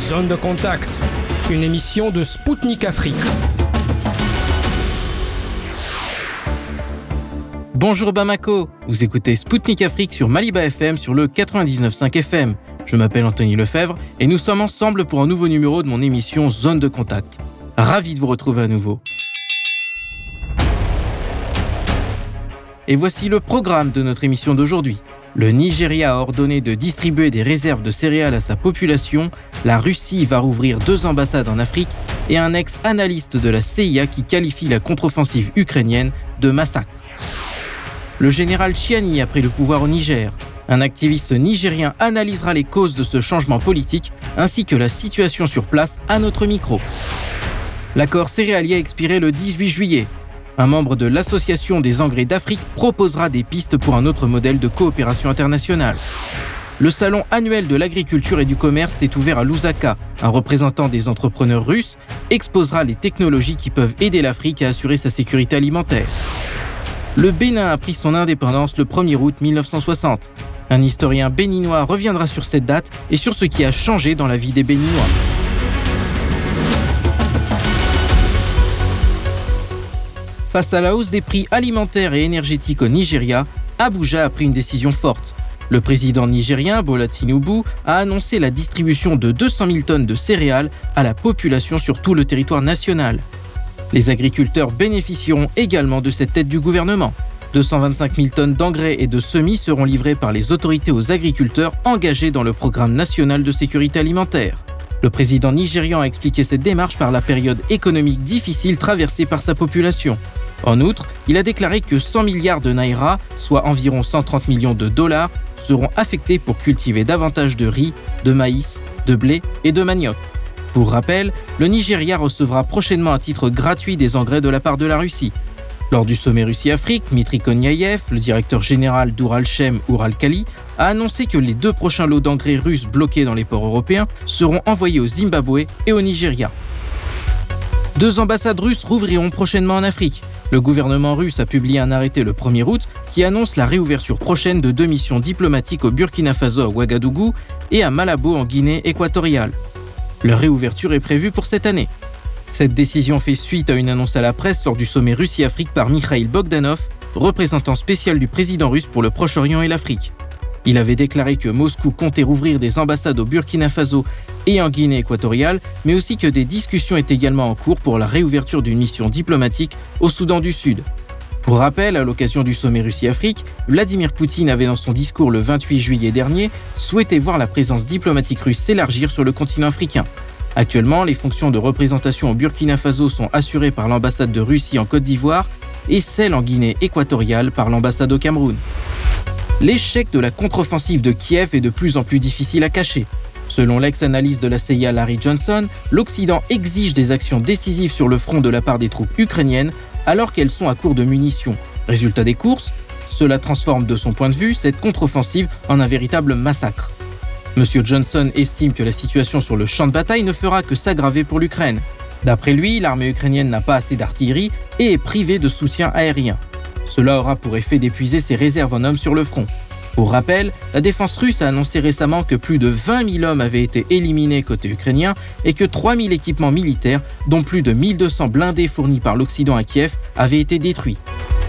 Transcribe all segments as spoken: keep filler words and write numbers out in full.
Zone de contact, une émission de Spoutnik Afrique. Bonjour Bamako, vous écoutez Spoutnik Afrique sur Maliba F M sur le quatre-vingt-dix-neuf virgule cinq F M. Je m'appelle Anthony Lefebvre et nous sommes ensemble pour un nouveau numéro de mon émission Zone de contact. Ravi de vous retrouver à nouveau. Et voici le programme de notre émission d'aujourd'hui. Le Nigeria a ordonné de distribuer des réserves de céréales à sa population, la Russie va rouvrir deux ambassades en Afrique et un ex-analyste de la C I A qui qualifie la contre-offensive ukrainienne de massacre. Le général Chiani a pris le pouvoir au Niger. Un activiste nigérien analysera les causes de ce changement politique ainsi que la situation sur place à notre micro. L'accord céréalier a expiré le dix-huit juillet. Un membre de l'Association des engrais d'Afrique proposera des pistes pour un autre modèle de coopération internationale. Le salon annuel de l'agriculture et du commerce s'est ouvert à Lusaka. Un représentant des entrepreneurs russes exposera les technologies qui peuvent aider l'Afrique à assurer sa sécurité alimentaire. Le Bénin a pris son indépendance le premier août mille neuf cent soixante. Un historien béninois reviendra sur cette date et sur ce qui a changé dans la vie des Béninois. Face à la hausse des prix alimentaires et énergétiques au Nigeria, Abuja a pris une décision forte. Le président nigérien, Bola Tinubu, a annoncé la distribution de deux cent mille tonnes de céréales à la population sur tout le territoire national. Les agriculteurs bénéficieront également de cette aide du gouvernement. deux cent vingt-cinq mille tonnes d'engrais et de semis seront livrées par les autorités aux agriculteurs engagés dans le programme national de sécurité alimentaire. Le président nigérian a expliqué cette démarche par la période économique difficile traversée par sa population. En outre, il a déclaré que cent milliards de naira, soit environ cent trente millions de dollars, seront affectés pour cultiver davantage de riz, de maïs, de blé et de manioc. Pour rappel, le Nigeria recevra prochainement à titre gratuit des engrais de la part de la Russie. Lors du sommet Russie-Afrique, Dmitry Konyaev, le directeur général d'Uralchem Uralkali, a annoncé que les deux prochains lots d'engrais russes bloqués dans les ports européens seront envoyés au Zimbabwe et au Nigeria. Deux ambassades russes rouvriront prochainement en Afrique. Le gouvernement russe a publié un arrêté le premier août qui annonce la réouverture prochaine de deux missions diplomatiques au Burkina Faso à Ouagadougou et à Malabo en Guinée équatoriale. Leur réouverture est prévue pour cette année. Cette décision fait suite à une annonce à la presse lors du sommet Russie-Afrique par Mikhail Bogdanov, représentant spécial du président russe pour le Proche-Orient et l'Afrique. Il avait déclaré que Moscou comptait rouvrir des ambassades au Burkina Faso et en Guinée équatoriale, mais aussi que des discussions étaient également en cours pour la réouverture d'une mission diplomatique au Soudan du Sud. Pour rappel, à l'occasion du sommet Russie-Afrique, Vladimir Poutine avait dans son discours le vingt-huit juillet dernier souhaité voir la présence diplomatique russe s'élargir sur le continent africain. Actuellement, les fonctions de représentation au Burkina Faso sont assurées par l'ambassade de Russie en Côte d'Ivoire et celle en Guinée équatoriale par l'ambassade au Cameroun. L'échec de la contre-offensive de Kiev est de plus en plus difficile à cacher. Selon l'ex-analyste de la C I A Larry Johnson, l'Occident exige des actions décisives sur le front de la part des troupes ukrainiennes alors qu'elles sont à court de munitions. Résultat des courses, cela transforme de son point de vue cette contre-offensive en un véritable massacre. Monsieur Johnson estime que la situation sur le champ de bataille ne fera que s'aggraver pour l'Ukraine. D'après lui, l'armée ukrainienne n'a pas assez d'artillerie et est privée de soutien aérien. Cela aura pour effet d'épuiser ses réserves en hommes sur le front. Pour rappel, la défense russe a annoncé récemment que plus de vingt mille hommes avaient été éliminés côté ukrainien et que trois mille équipements militaires, dont plus de mille deux cents blindés fournis par l'Occident à Kiev, avaient été détruits.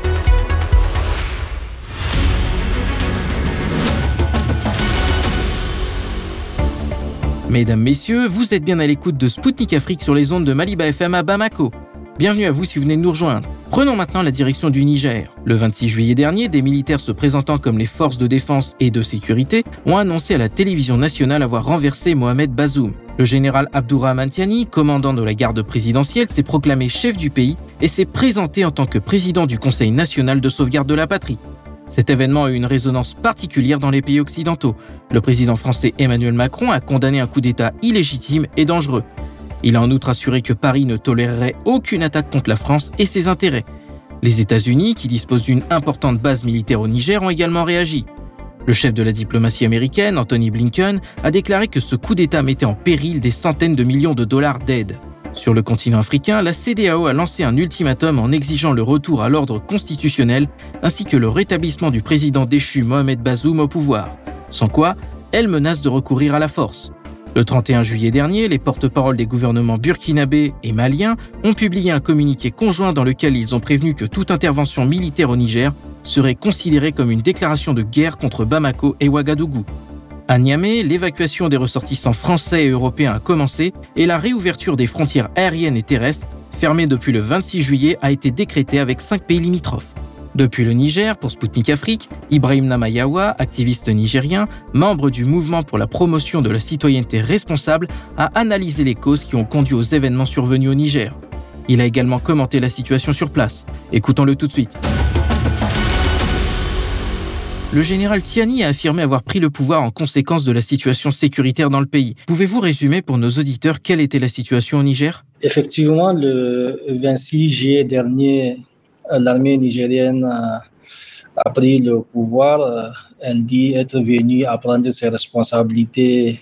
Mesdames, Messieurs, vous êtes bien à l'écoute de Spoutnik Afrique sur les ondes de Maliba F M à Bamako. Bienvenue à vous si vous venez de nous rejoindre. Prenons maintenant la direction du Niger. Le vingt-six juillet dernier, des militaires se présentant comme les forces de défense et de sécurité ont annoncé à la télévision nationale avoir renversé Mohamed Bazoum. Le général Abdourahmane Tiani, commandant de la garde présidentielle, s'est proclamé chef du pays et s'est présenté en tant que président du Conseil national de sauvegarde de la patrie. Cet événement a eu une résonance particulière dans les pays occidentaux. Le président français Emmanuel Macron a condamné un coup d'État illégitime et dangereux. Il a en outre assuré que Paris ne tolérerait aucune attaque contre la France et ses intérêts. Les États-Unis, qui disposent d'une importante base militaire au Niger, ont également réagi. Le chef de la diplomatie américaine, Anthony Blinken, a déclaré que ce coup d'État mettait en péril des centaines de millions de dollars d'aide. Sur le continent africain, la C E D E A O a lancé un ultimatum en exigeant le retour à l'ordre constitutionnel ainsi que le rétablissement du président déchu Mohamed Bazoum au pouvoir. Sans quoi, elle menace de recourir à la force. Le trente et un juillet dernier, les porte-paroles des gouvernements burkinabé et malien ont publié un communiqué conjoint dans lequel ils ont prévenu que toute intervention militaire au Niger serait considérée comme une déclaration de guerre contre Bamako et Ouagadougou. À Niamey, l'évacuation des ressortissants français et européens a commencé et la réouverture des frontières aériennes et terrestres, fermées depuis le vingt-six juillet, a été décrétée avec cinq pays limitrophes. Depuis le Niger, pour Spoutnik Afrique, Ibrahim Namayawa, activiste nigérien, membre du mouvement pour la promotion de la citoyenneté responsable, a analysé les causes qui ont conduit aux événements survenus au Niger. Il a également commenté la situation sur place. Écoutons-le tout de suite. Le général Tiani a affirmé avoir pris le pouvoir en conséquence de la situation sécuritaire dans le pays. Pouvez-vous résumer pour nos auditeurs quelle était la situation au Niger ? Effectivement, le vingt-six juillet dernier, l'armée nigérienne a pris le pouvoir. Elle dit être venue à prendre ses responsabilités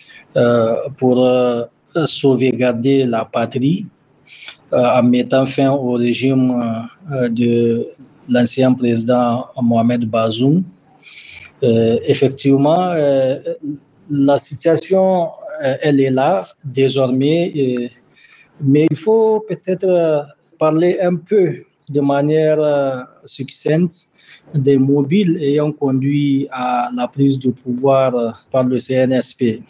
pour sauvegarder la patrie en mettant fin au régime de l'ancien président Mohamed Bazoum. Euh, effectivement, euh, la situation, euh, elle est là désormais, euh, mais il faut peut-être parler un peu de manière euh, succincte des mobiles ayant conduit à la prise de pouvoir euh, par le C N S P.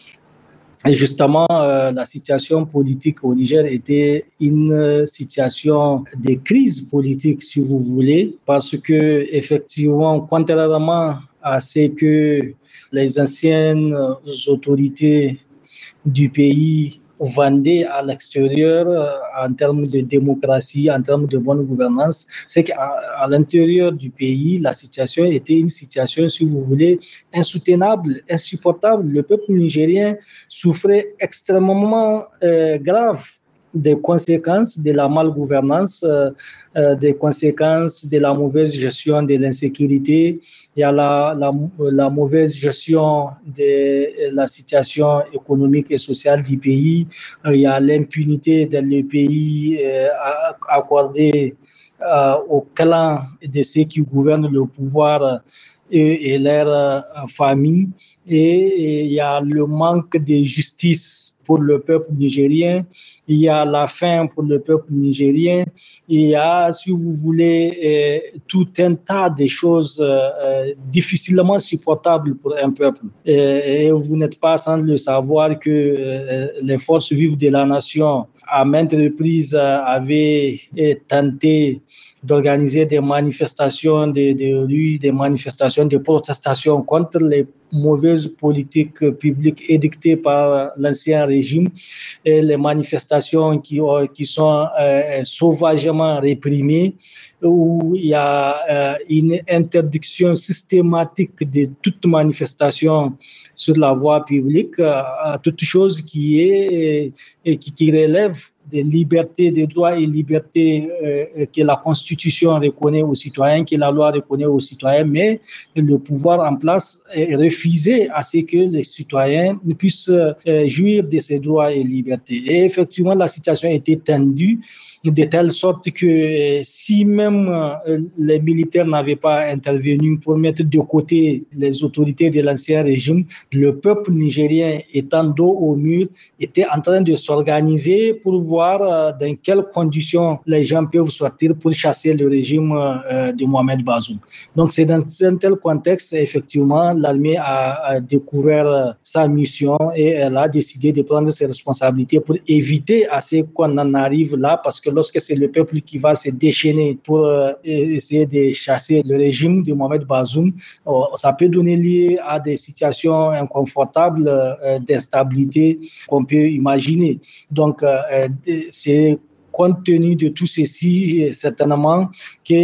Et justement, euh, la situation politique au Niger était une situation de crise politique, si vous voulez, parce que effectivement, contrairement à ce que les anciennes autorités du pays vendaient à l'extérieur en termes de démocratie, en termes de bonne gouvernance, c'est qu'à à l'intérieur du pays, la situation était une situation, si vous voulez, insoutenable, insupportable. Le peuple nigérien souffrait extrêmement euh, grave des conséquences de la malgouvernance, euh, euh, des conséquences de la mauvaise gestion de l'insécurité. Il y a la, la, la mauvaise gestion de la situation économique et sociale du pays. Il y a l'impunité dans le pays euh, accordée euh, aux clans de ceux qui gouvernent le pouvoir et, et leurs euh, familles. Et, et il y a le manque de justice pour le peuple nigérien, il y a la faim pour le peuple nigérien, il y a, si vous voulez, euh, tout un tas de choses euh, difficilement supportables pour un peuple. Et, et vous n'êtes pas sans le savoir que euh, les forces vives de la nation, à maintes reprises, euh, avaient tenté d'organiser des manifestations de, de rue, des manifestations de protestation contre les mauvaises politiques publiques édictées par l'ancien régime et les manifestations qui, qui sont euh, sauvagement réprimées, où il y a euh, une interdiction systématique de toute manifestation sur la voie publique, euh, à toute chose qui est et qui, qui relève des libertés, des droits et libertés euh, que la Constitution reconnaît aux citoyens, que la loi reconnaît aux citoyens, mais le pouvoir en place est refusé à ce que les citoyens puissent euh, jouir de ces droits et libertés. Et effectivement, la situation était tendue de telle sorte que euh, si même euh, les militaires n'avaient pas intervenu pour mettre de côté les autorités de l'ancien régime, le peuple nigérien étant dos au mur était en train de s'organiser pour voir euh, dans quelles conditions les gens peuvent sortir pour chasser le régime euh, de Mohamed Bazoum. Donc c'est dans un tel contexte, effectivement, l'armée a, a découvert sa mission et elle a décidé de prendre ses responsabilités pour éviter à ce qu'on en arrive là, parce que lorsque c'est le peuple qui va se déchaîner pour euh, essayer de chasser le régime de Mohamed Bazoum, euh, ça peut donner lieu à des situations inconfortables euh, d'instabilité qu'on peut imaginer. Donc, euh, c'est compte tenu de tout ceci, certainement que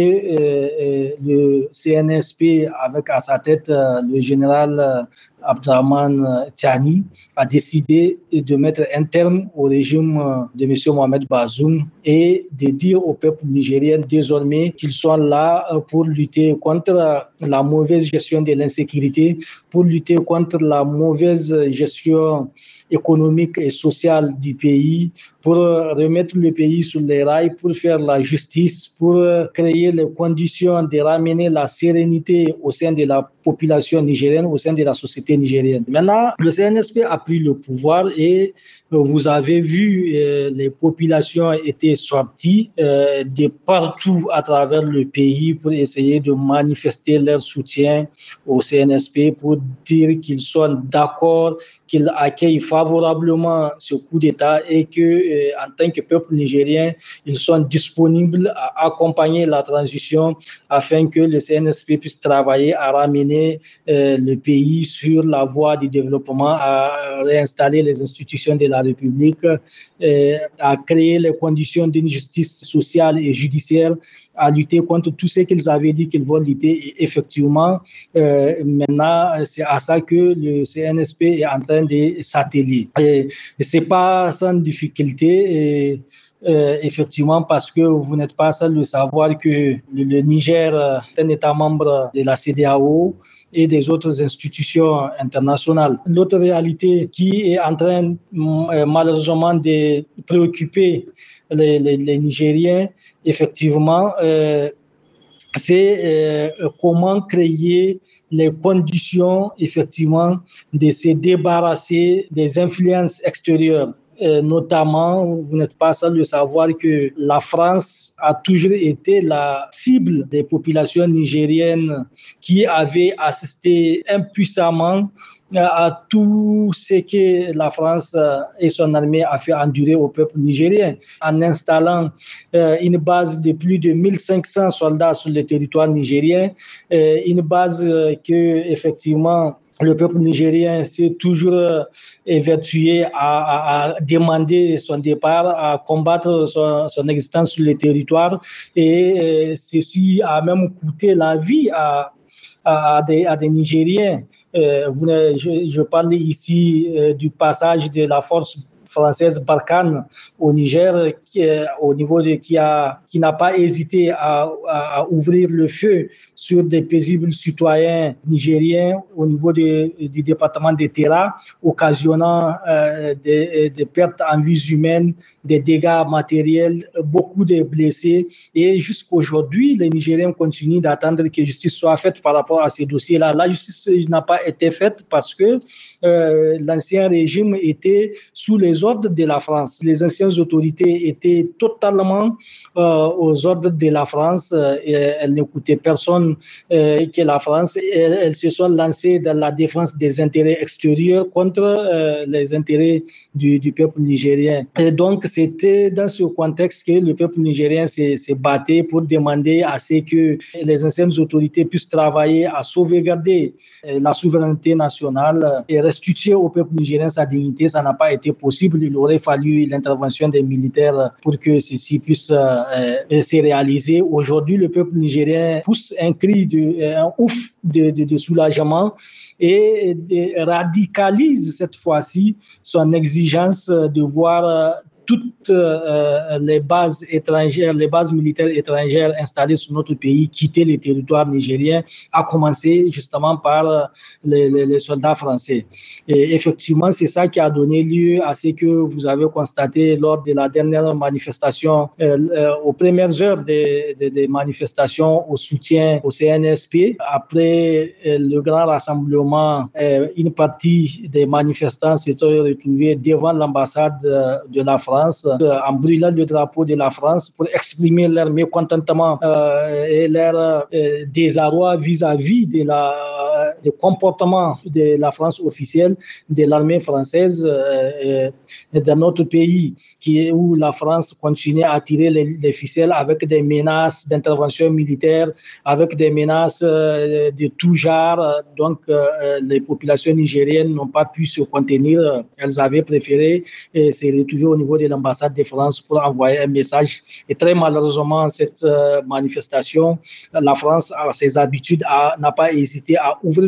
euh, le C N S P, avec à sa tête euh, le général euh, Abdrahman Tiani, a décidé de mettre un terme au régime euh, de M. Mohamed Bazoum et de dire au peuple nigérien désormais qu'ils sont là pour lutter contre la mauvaise gestion de l'insécurité, pour lutter contre la mauvaise gestion économique et sociale du pays, pour remettre le pays sur les rails, pour faire la justice, pour créer les conditions de ramener la sérénité au sein de la population nigérienne, au sein de la société nigérienne. Maintenant, le C N S P a pris le pouvoir et vous avez vu, euh, les populations étaient sorties euh, de partout à travers le pays pour essayer de manifester leur soutien au C N S P, pour dire qu'ils sont d'accord, qu'ils accueillent favorablement ce coup d'État et que, euh, en tant que peuple nigérien, ils sont disponibles à accompagner la transition afin que le C N S P puisse travailler à ramener euh, le pays sur la voie du développement, à réinstaller les institutions de la République, euh, à créer les conditions d'une justice sociale et judiciaire, à lutter contre tout ce qu'ils avaient dit qu'ils vont lutter. Et effectivement, euh, maintenant, c'est à ça que le C N S P est en train de s'atteler. Et, et ce n'est pas sans difficulté. Et, Euh, effectivement, parce que vous n'êtes pas seul de savoir que le, le Niger est un État membre de la CEDEAO et des autres institutions internationales. L'autre réalité qui est en train euh, malheureusement de préoccuper les, les, les Nigériens, effectivement, euh, c'est euh, comment créer les conditions, effectivement, de se débarrasser des influences extérieures. Euh, notamment, vous n'êtes pas seul de savoir que la France a toujours été la cible des populations nigériennes qui avaient assisté impuissamment à tout ce que la France et son armée a fait endurer au peuple nigérien, en installant euh, une base de plus de mille cinq cents soldats sur le territoire nigérien, euh, une base euh, que, effectivement, le peuple nigérien s'est toujours évertué à, à, à demander son départ, à combattre son, son existence sur le territoire, et ceci a même coûté la vie à, à, des, à des Nigériens. Euh, vous, je, je parle ici euh, du passage de la force française Barkhane au Niger, qui, au niveau de, qui, a, qui n'a pas hésité à, à, à ouvrir le feu sur des paisibles citoyens nigériens au niveau de, du département de Terra, occasionnant euh, des, des pertes en vies humaines, des dégâts matériels, beaucoup de blessés. Et jusqu'aujourd'hui, les Nigériens continuent d'attendre que justice soit faite par rapport à ces dossiers-là. La justice n'a pas été faite parce que euh, l'ancien régime était sous les ordres de la France. Les anciennes autorités étaient totalement euh, aux ordres de la France. Et elles n'écoutaient personne euh, que la France. Et elles, elles se sont lancées dans la défense des intérêts extérieurs contre euh, les intérêts du, du peuple nigérien. Et donc, c'était dans ce contexte que le peuple nigérien s'est, s'est battu pour demander à ce que les anciennes autorités puissent travailler à sauvegarder la souveraineté nationale et restituer au peuple nigérien sa dignité. Ça n'a pas été possible. Il aurait fallu l'intervention des militaires pour que ceci puisse euh, se réaliser. Aujourd'hui, le peuple nigérien pousse un cri, de, un ouf de, de, de soulagement et de, radicalise cette fois-ci son exigence de voir toutes euh, les bases étrangères, les bases militaires étrangères installées sur notre pays quitter le territoire nigérien, à commencer justement par les, les, les soldats français. Et effectivement, c'est ça qui a donné lieu à ce que vous avez constaté lors de la dernière manifestation, euh, euh, aux premières heures des, des, des manifestations au soutien au C N S P. Après euh, le grand rassemblement, euh, une partie des manifestants s'étaient retrouvés devant l'ambassade de la France, en brûlant le drapeau de la France pour exprimer leur mécontentement euh, et leur euh, désarroi vis-à-vis de la, du comportement de la France officielle, de l'armée française euh, dans notre pays, qui est où la France continue à tirer les, les ficelles avec des menaces d'intervention militaire, avec des menaces euh, de tout genre. Donc, euh, les populations nigériennes n'ont pas pu se contenir. Elles avaient préféré euh, se retrouver au niveau de l'ambassade de France pour envoyer un message. Et très malheureusement, cette euh, manifestation, la France, à ses habitudes, a, n'a pas hésité à ouvrir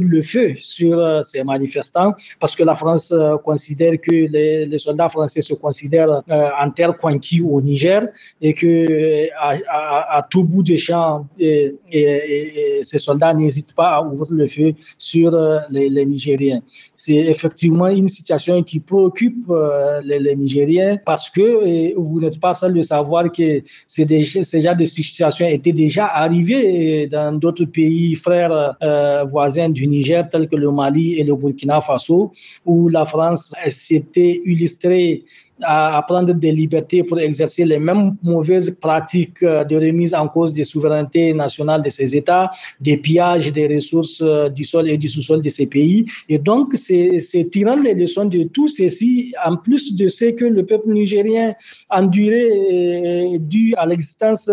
ouvrir le feu sur euh, ces manifestants parce que la France euh, considère que les, les soldats français se considèrent euh, en terre conquis au Niger et que à, à, à tout bout de champ, et, et, et, et ces soldats n'hésitent pas à ouvrir le feu sur euh, les, les Nigériens. C'est effectivement une situation qui préoccupe euh, les, les Nigériens parce que et vous n'êtes pas seul de savoir que c'est déjà, ces genres de situations étaient déjà arrivées dans d'autres pays frères euh, voisins du Niger, tels que le Mali et le Burkina Faso, où la France s'était illustrée à prendre des libertés pour exercer les mêmes mauvaises pratiques de remise en cause des souverainetés nationales de ces États, des pillages des ressources du sol et du sous-sol de ces pays. Et donc, c'est, c'est tirant les leçons de tout ceci, en plus de ce que le peuple nigérien endurait dû à l'existence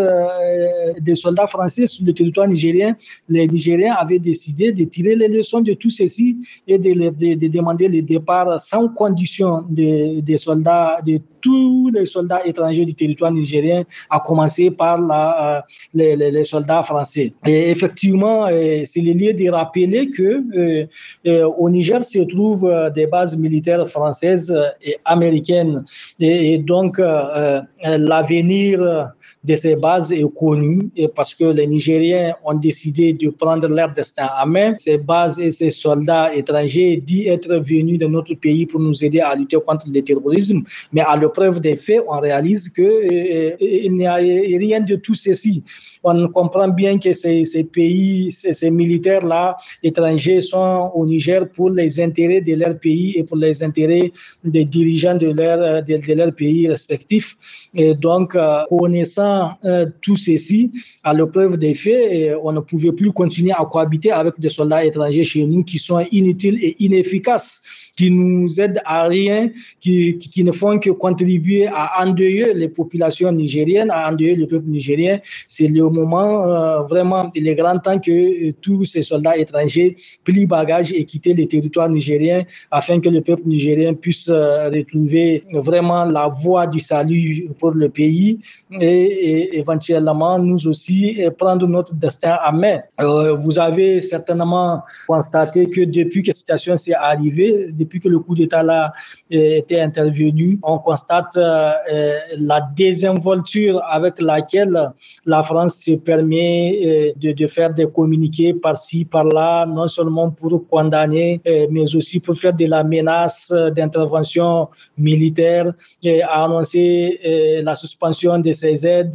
des soldats français sur le territoire nigérien, les Nigériens avaient décidé de tirer les leçons de tout ceci et de, de, de demander le départ sans condition des, des soldats de tous les soldats étrangers du territoire nigérien, à commencer par la, euh, les, les, les soldats français. Et effectivement, euh, c'est le lieu de rappeler que euh, euh, au Niger se trouvent euh, des bases militaires françaises et américaines. Et, et donc, euh, euh, l'avenir de ces bases est connu et parce que les Nigériens ont décidé de prendre leur destin en main. Ces bases et ces soldats étrangers disent être venus de notre pays pour nous aider à lutter contre le terrorisme, mais à l'épreuve des faits, on réalise qu'il euh, n'y a rien de tout ceci. On comprend bien que ces, ces pays, ces, ces militaires-là, étrangers, sont au Niger pour les intérêts de leur pays et pour les intérêts des dirigeants de leur, de, de leur pays respectifs. Et donc, euh, connaissant euh, tout ceci, à l'épreuve des faits, on ne pouvait plus continuer à cohabiter avec des soldats étrangers chez nous qui sont inutiles et inefficaces, qui nous aident à rien, qui, qui, qui ne font que contribuer à endeuiller les populations nigériennes, à endeuiller le peuple nigérien. C'est le moment, euh, vraiment, il est grand temps que euh, tous ces soldats étrangers plient bagages et quittent les territoires nigériens afin que le peuple nigérien puisse euh, retrouver vraiment la voie du salut pour le pays et, et éventuellement, nous aussi, et prendre notre destin en main. Euh, vous avez certainement constaté que depuis que cette situation s'est arrivée, depuis que le coup d'État là était intervenu, on constate euh, la désinvolture avec laquelle la France se permet euh, de, de faire des communiqués par-ci, par-là, non seulement pour condamner, euh, mais aussi pour faire de la menace d'intervention militaire, et annoncer euh, la suspension de ces aides,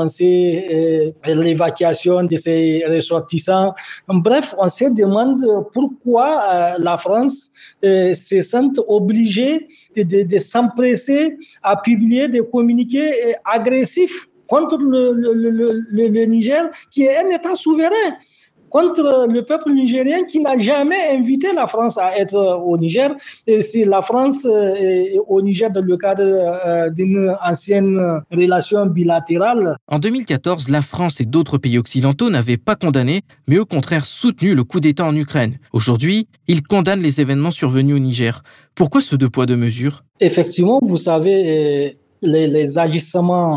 annoncer euh, l'évacuation de ces ressortissants. Bref, on se demande pourquoi euh, la France euh, se sent obligée de, de, de s'empresser à publier des communiqués agressifs contre le, le, le, le, le Niger, qui est un État souverain, contre le peuple nigérien qui n'a jamais invité la France à être au Niger. Et c'est la France est au Niger dans le cadre d'une ancienne relation bilatérale. En deux mille quatorze, la France et d'autres pays occidentaux n'avaient pas condamné, mais au contraire soutenu le coup d'État en Ukraine. Aujourd'hui, ils condamnent les événements survenus au Niger. Pourquoi ce deux poids deux mesures ? Effectivement, vous savez, les, les agissements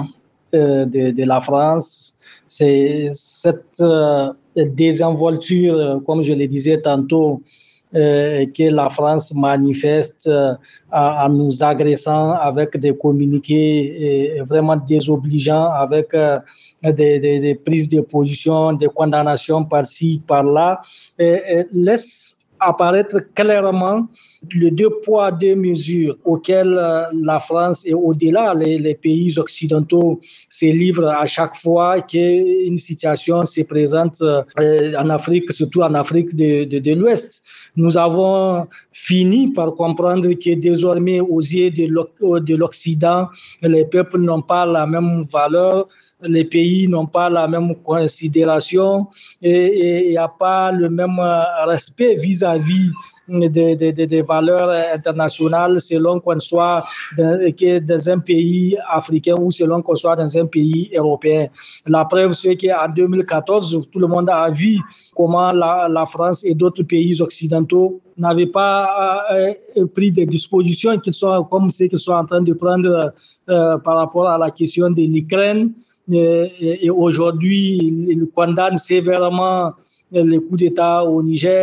de, de la France, c'est cette euh, désinvolture, comme je le disais tantôt, euh, que la France manifeste euh, en nous agressant avec des communiqués euh, vraiment désobligeants, avec euh, des, des, des prises de position, des condamnations par-ci, par-là, et, et laisse apparaître clairement le deux poids, deux mesures auxquelles la France et au-delà les, les pays occidentaux se livrent à chaque fois qu'une situation se présente en Afrique, surtout en Afrique de, de, de l'Ouest. Nous avons fini par comprendre que désormais, aux yeux de l'Occident, les peuples n'ont pas la même valeur, les pays n'ont pas la même considération et il n'y a pas le même respect vis-à-vis des, des, des valeurs internationales selon qu'on soit dans, dans un pays africain ou selon qu'on soit dans un pays européen. La preuve, c'est qu'en deux mille quatorze, tout le monde a vu comment la, la France et d'autres pays occidentaux n'avaient pas euh, pris des dispositions qu'ils sont, comme ce qu'ils sont en train de prendre euh, par rapport à la question de l'Ukraine. Et, et aujourd'hui, ils condamnent sévèrement le coup d'État au Niger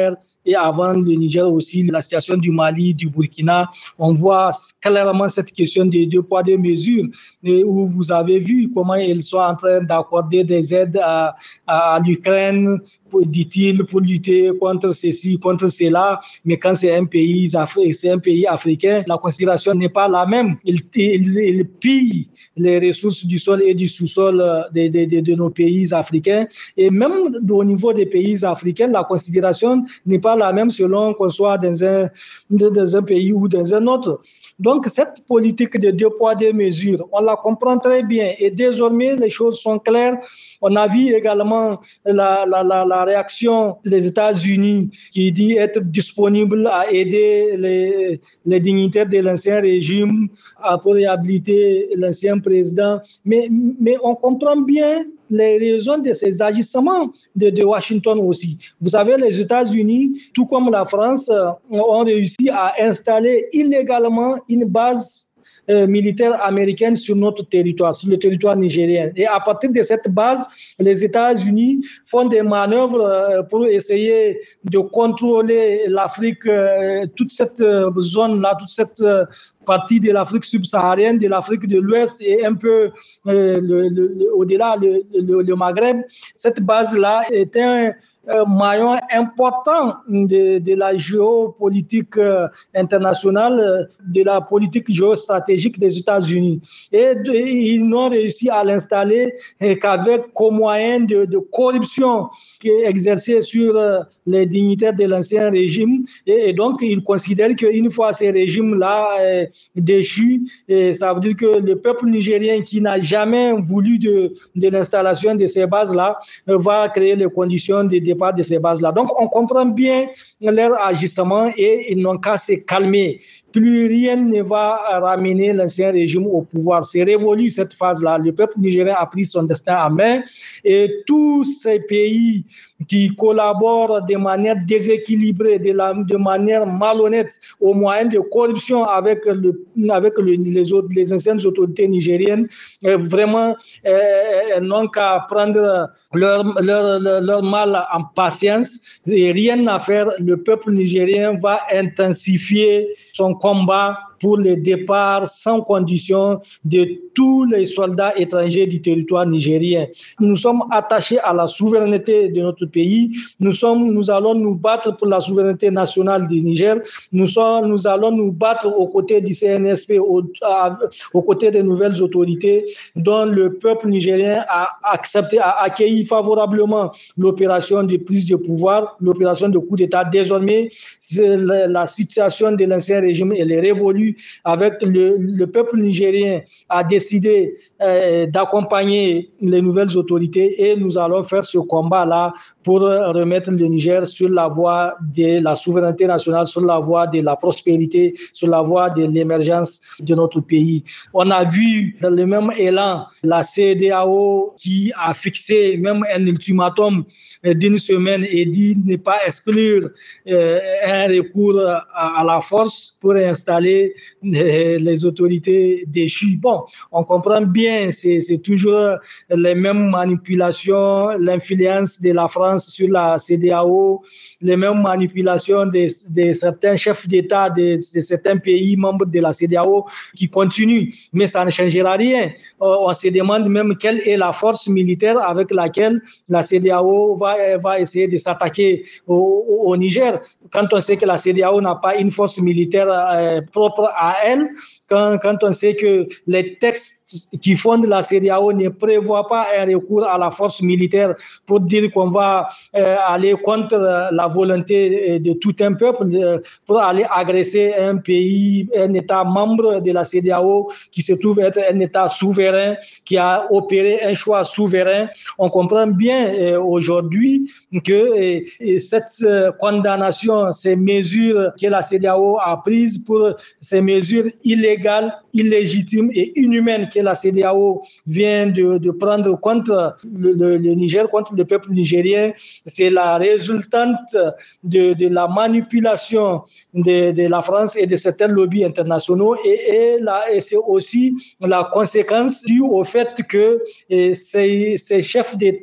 et avant le Niger aussi, la situation du Mali, du Burkina. On voit clairement cette question des deux poids, deux mesures, où vous avez vu comment ils sont en train d'accorder des aides à, à l'Ukraine, dit-il, pour lutter contre ceci, contre cela. Mais quand c'est un pays, c'est un pays africain, la considération n'est pas la même. Ils, ils, ils pillent les ressources du sol et du sous-sol de, de, de, de nos pays africains. Et même au niveau des pays africains, la considération n'est pas la même selon qu'on soit dans un, dans un pays ou dans un autre. Donc, cette politique de deux poids, deux mesures, on la comprend très bien. Et désormais, les choses sont claires. On a vu également la, la, la, la réaction des États-Unis qui dit être disponible à aider les, les dignitaires de l'ancien régime à réhabiliter l'ancien président. Mais, mais on comprend bien les raisons de ces agissements de, de Washington aussi. Vous savez, les États-Unis, tout comme la France, ont réussi à installer illégalement une base Euh, militaire américaine sur notre territoire, sur le territoire nigérien. Et à partir de cette base, les États-Unis font des manœuvres euh, pour essayer de contrôler l'Afrique, euh, toute cette euh, zone-là, toute cette euh, partie de l'Afrique subsaharienne, de l'Afrique de l'Ouest et un peu euh, le, le, le, au-delà le, le, le Maghreb. Cette base-là est un Euh, maillon important de, de la géopolitique euh, internationale, euh, de la politique géostratégique des États-Unis. Et de, ils n'ont réussi à l'installer euh, qu'avec qu'au moyen de, de corruption qui est exercée sur euh, les dignitaires de l'ancien régime. Et, et donc, ils considèrent qu'une fois ces régimes-là euh, déchus, et ça veut dire que le peuple nigérien qui n'a jamais voulu de, de l'installation de ces bases-là euh, va créer les conditions de départ de ces bases-là. Donc, on comprend bien leur agissement et ils n'ont qu'à se calmer. Plus rien ne va ramener l'ancien régime au pouvoir. C'est révolu cette phase-là. Le peuple nigérien a pris son destin en main et tous ces pays qui collaborent de manière déséquilibrée, de, la, de manière malhonnête, au moyen de corruption avec, le, avec le, les, autres, les anciennes autorités nigériennes, euh, vraiment euh, n'ont qu'à prendre leur, leur, leur, leur mal en patience et rien à faire. Le peuple nigérien va intensifier son combat pour le départ sans condition de tous les soldats étrangers du territoire nigérien. Nous sommes attachés à la souveraineté de notre pays. Nous, sommes, nous allons nous battre pour la souveraineté nationale du Niger. Nous, sommes, nous allons nous battre aux côtés du C N S P, aux, à, aux côtés des nouvelles autorités dont le peuple nigérien a accepté, a accueilli favorablement l'opération de prise de pouvoir, l'opération de coup d'État. Désormais, la, la situation de l'ancien régime, elle est révolue. Avec le, le peuple nigérien a décidé euh, d'accompagner les nouvelles autorités et nous allons faire ce combat-là pour remettre le Niger sur la voie de la souveraineté nationale, sur la voie de la prospérité, sur la voie de l'émergence de notre pays. On a vu dans le même élan la C E D E A O qui a fixé même un ultimatum d'une semaine et dit ne pas exclure euh, un recours à, à la force pour installer les, les autorités déchues. Bon, on comprend bien, c'est, c'est toujours les mêmes manipulations, l'influence de la France sur la C E D E A O, les mêmes manipulations de, de certains chefs d'État de, de certains pays membres de la C E D E A O qui continuent, mais ça ne changera rien. On se demande même quelle est la force militaire avec laquelle la C E D E A O va, va essayer de s'attaquer au, au Niger. Quand on sait que la C E D E A O n'a pas une force militaire euh, propre à elle, quand, quand on sait que les textes qui fondent la C E D E A O ne prévoient pas un recours à la force militaire pour dire qu'on va euh, aller contre la volonté de tout un peuple, euh, pour aller agresser un pays, un État membre de la C E D E A O qui se trouve être un État souverain, qui a opéré un choix souverain. On comprend bien euh, aujourd'hui que euh, cette euh, condamnation, ces mesures que la C E D E A O a prises pour ces mesures illégales, illégitimes et inhumaines que la C E D E A O vient de, de prendre contre le, le, le Niger, contre le peuple nigérien, c'est la résultante de, de la manipulation de, de la France et de certains lobbies internationaux et, et, la, et c'est aussi la conséquence due au fait que et ces, ces chefs d'État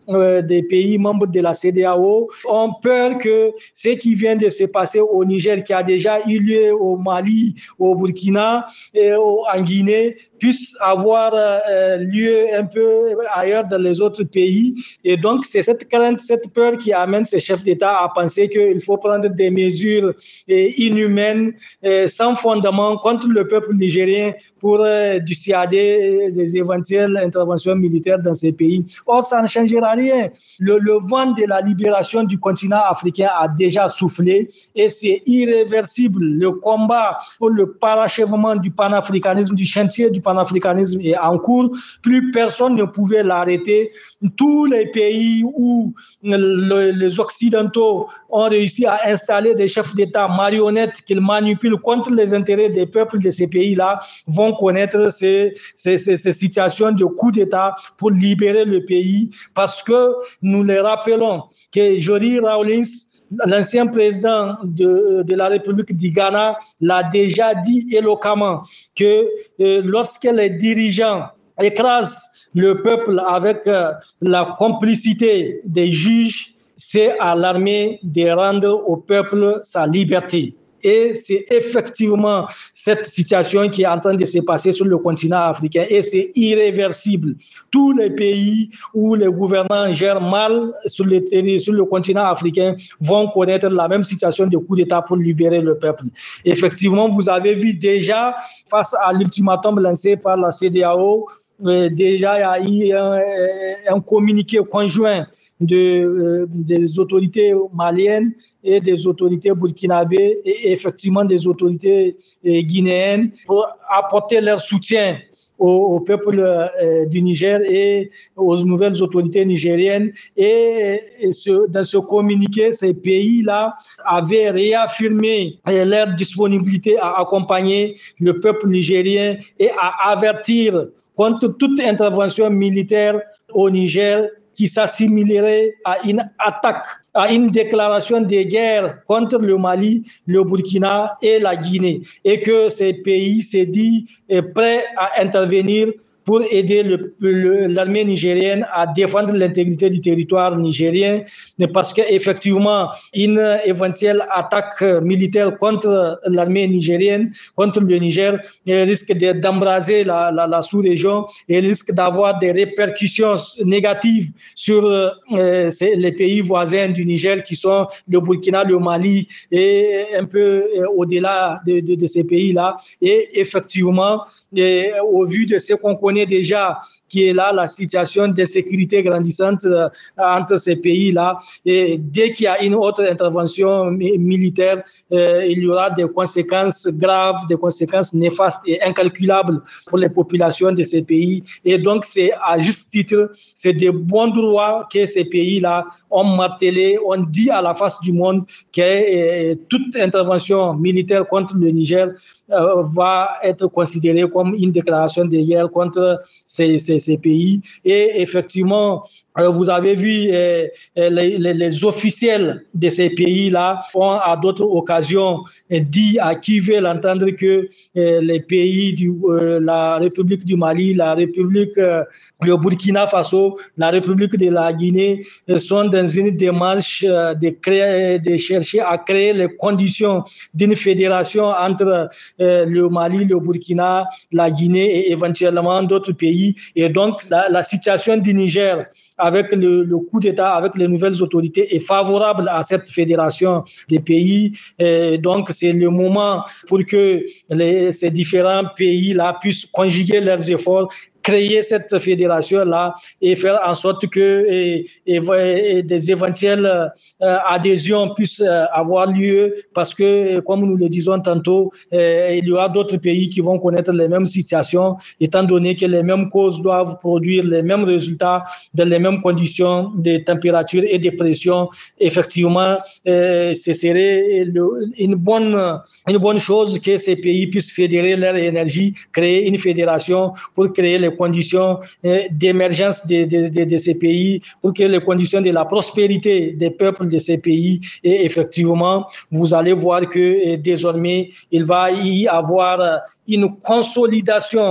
euh, des pays membres de la C E D E A O ont peur que ce qui vient de se passer au Niger, qui a déjà eu lieu au Mali, au Burkina et au, en Guinée, puisse avoir euh, lieu un peu ailleurs dans les autres pays. Et donc, c'est cette crainte, cette peur qui amène ces chefs d'État à penser qu'il faut prendre des mesures euh, inhumaines, euh, sans fondement, contre le peuple nigérien pour euh, dissuader des éventuelles interventions militaires dans ces pays. Or, ça ne changera rien. Le, le vent de la libération du continent africain a déjà soufflé et c'est irréversible. Le combat pour le parachèvement du panafricanisme, du chantier du panafricanisme est en cours. Plus personne ne pouvait l'arrêter. Tous les pays où le, les Occidentaux ont réussi à installer des chefs d'État marionnettes qu'ils manipulent contre les intérêts des peuples de ces pays-là vont connaître ces, ces, ces, ces situations de coup d'État pour libérer le pays, parce que nous les rappelons que Jory Rawlings, l'ancien président de, de la République du Ghana, l'a déjà dit éloquemment que euh, lorsque les dirigeants écrasent le peuple avec euh, la complicité des juges, c'est à l'armée de rendre au peuple sa liberté. Et c'est effectivement cette situation qui est en train de se passer sur le continent africain et c'est irréversible. Tous les pays où les gouvernants gèrent mal sur le, sur le continent africain vont connaître la même situation de coup d'État pour libérer le peuple. Effectivement, vous avez vu déjà, face à l'ultimatum lancé par la C E D E A O, euh, déjà il y a eu un, un communiqué conjoint De, euh, des autorités maliennes et des autorités burkinabées et effectivement des autorités euh, guinéennes pour apporter leur soutien au, au peuple euh, du Niger et aux nouvelles autorités nigériennes. Et, et ce, dans ce communiqué, ces pays-là avaient réaffirmé euh, leur disponibilité à accompagner le peuple nigérien et à avertir contre toute intervention militaire au Niger qui s'assimilerait à une attaque, à une déclaration de guerre contre le Mali, le Burkina et la Guinée, et que ces pays s'est dit prêts à intervenir pour aider le, le, l'armée nigérienne à défendre l'intégrité du territoire nigérien, parce qu'effectivement, une éventuelle attaque militaire contre l'armée nigérienne, contre le Niger, risque de, d'embraser la, la, la sous-région et risque d'avoir des répercussions négatives sur euh, les pays voisins du Niger, qui sont le Burkina, le Mali et un peu euh, au-delà de, de, de ces pays-là. Et effectivement, et au vu de ce qu'on connaît déjà, qui est là la situation d'insécurité grandissante euh, entre ces pays-là, et dès qu'il y a une autre intervention mi- militaire, euh, il y aura des conséquences graves, des conséquences néfastes et incalculables pour les populations de ces pays. Et donc, c'est à juste titre, c'est de bon droit que ces pays-là ont martelé, ont dit à la face du monde que euh, toute intervention militaire contre le Niger euh, va être considérée comme une déclaration de guerre contre ces, ces, ces pays. Et effectivement, euh, vous avez vu euh, les, les, les officiels de ces pays-là ont à d'autres occasions euh, dit à qui veut l'entendre que euh, les pays du euh, la République du Mali, la République euh, le Burkina Faso, la République de la Guinée euh, sont dans une démarche euh, de créer, de chercher à créer les conditions d'une fédération entre euh, le Mali, le Burkina, la Guinée et éventuellement d'autres pays. Et donc la, la situation du Niger avec le, le coup d'État, avec les nouvelles autorités, est favorable à cette fédération des pays. Et donc, c'est le moment pour que les, ces différents pays-là puissent conjuguer leurs efforts, créer cette fédération-là et faire en sorte que et, et, et des éventuelles euh, adhésions puissent euh, avoir lieu, parce que, comme nous le disons tantôt, euh, il y aura d'autres pays qui vont connaître les mêmes situations, étant donné que les mêmes causes doivent produire les mêmes résultats dans les mêmes conditions de température et de pression. Effectivement, euh, ce serait le, une, bonne, une bonne chose que ces pays puissent fédérer leur énergie, créer une fédération pour créer les conditions d'émergence de, de, de, de ces pays, pour que les conditions de la prospérité des peuples de ces pays. Et effectivement, vous allez voir que désormais, il va y avoir une consolidation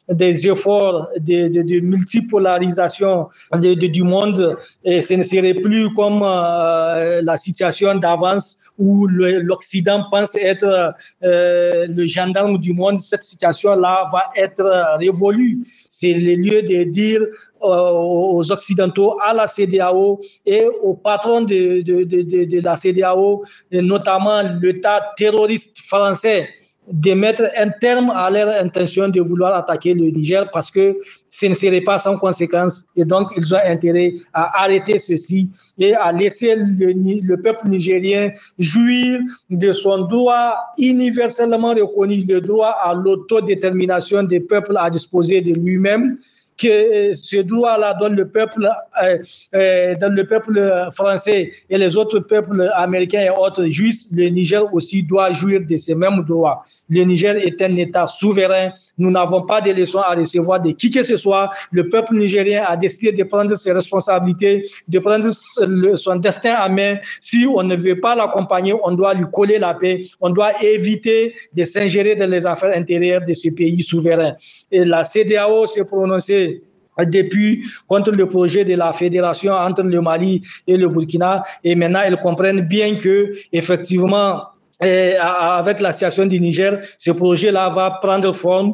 des efforts de, de, de multipolarisation de, de, du monde, et ce ne serait plus comme euh, la situation d'avance où le, l'Occident pense être euh, le gendarme du monde. Cette situation-là va être révolue. C'est le lieu de dire euh, aux Occidentaux, à la C E D E A O et aux patrons de, de, de, de, de la C E D E A O, et notamment l'État terroriste français, de mettre un terme à leur intention de vouloir attaquer le Niger, parce que ce ne serait pas sans conséquence. Et donc, ils ont intérêt à arrêter ceci et à laisser le, le peuple nigérien jouir de son droit universellement reconnu, le droit à l'autodétermination des peuples à disposer de lui-même, que ce droit-là donne le peuple, euh, euh, donne le peuple français et les autres peuples américains et autres jouissent, le Niger aussi doit jouir de ces mêmes droits. Le Niger est un État souverain. Nous n'avons pas de leçons à recevoir de qui que ce soit. Le peuple nigérien a décidé de prendre ses responsabilités, de prendre son destin à main. Si on ne veut pas l'accompagner, on doit lui coller la paix. On doit éviter de s'ingérer dans les affaires intérieures de ce pays souverain. Et la C E D E A O s'est prononcée depuis contre le projet de la fédération entre le Mali et le Burkina. Et maintenant, ils comprennent bien que, effectivement, et avec la situation du Niger, ce projet-là va prendre forme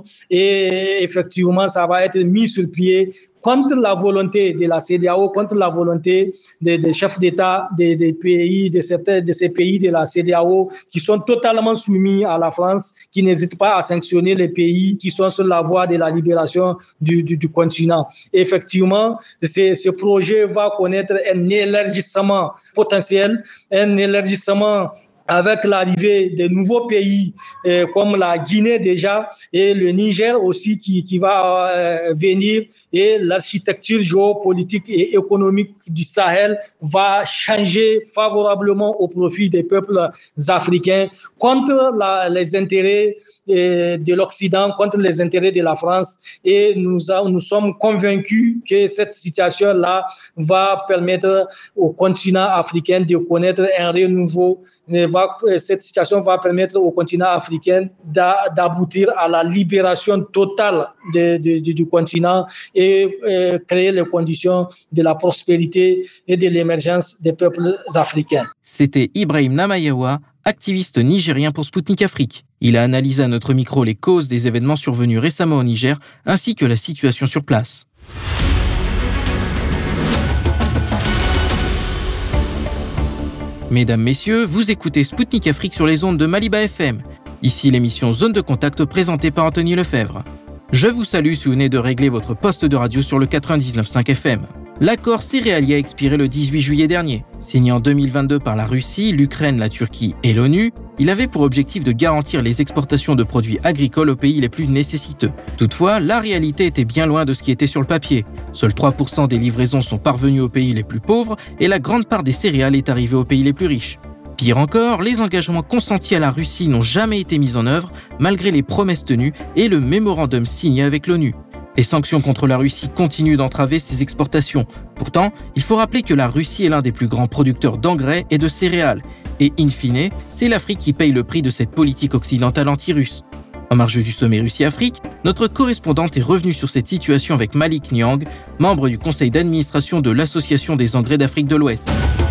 et effectivement, ça va être mis sur pied contre la volonté de la C E D E A O, contre la volonté des, des chefs d'État des, des pays, de, certains, de ces pays de la C E D E A O qui sont totalement soumis à la France, qui n'hésitent pas à sanctionner les pays qui sont sur la voie de la libération du, du, du continent. Et effectivement, ce, ce projet va connaître un élargissement potentiel, un élargissement avec l'arrivée de nouveaux pays euh, comme la Guinée déjà et le Niger aussi qui, qui va euh, venir, et l'architecture géopolitique et économique du Sahel va changer favorablement au profit des peuples africains contre la, les intérêts euh, de l'Occident, contre les intérêts de la France. Et nous, a, nous sommes convaincus que cette situation-là va permettre au continent africain de connaître un renouveau. Va, cette situation va permettre au continent africain d'aboutir à la libération totale de, de, de, du continent et, et créer les conditions de la prospérité et de l'émergence des peuples africains. C'était Ibrahim Namayawa, activiste nigérien pour Spoutnik Afrique. Il a analysé à notre micro les causes des événements survenus récemment au Niger ainsi que la situation sur place. Mesdames, Messieurs, vous écoutez Spoutnik Afrique sur les ondes de Maliba F M. Ici l'émission Zone de Contact présentée par Anthony Lefebvre. Je vous salue si vous venez de régler votre poste de radio sur le quatre-vingt-dix-neuf virgule cinq F M. L'accord céréalier a expiré le dix-huit juillet dernier. Signé en deux mille vingt-deux par la Russie, l'Ukraine, la Turquie et l'ONU, il avait pour objectif de garantir les exportations de produits agricoles aux pays les plus nécessiteux. Toutefois, la réalité était bien loin de ce qui était sur le papier. Seuls trois pour cent des livraisons sont parvenues aux pays les plus pauvres et la grande part des céréales est arrivée aux pays les plus riches. Pire encore, les engagements consentis à la Russie n'ont jamais été mis en œuvre, malgré les promesses tenues et le mémorandum signé avec l'ONU. Les sanctions contre la Russie continuent d'entraver ses exportations. Pourtant, il faut rappeler que la Russie est l'un des plus grands producteurs d'engrais et de céréales. Et in fine, c'est l'Afrique qui paye le prix de cette politique occidentale anti-russe. En marge du sommet Russie-Afrique, notre correspondante est revenue sur cette situation avec Malik Nyang, membre du conseil d'administration de l'Association des engrais d'Afrique de l'Ouest.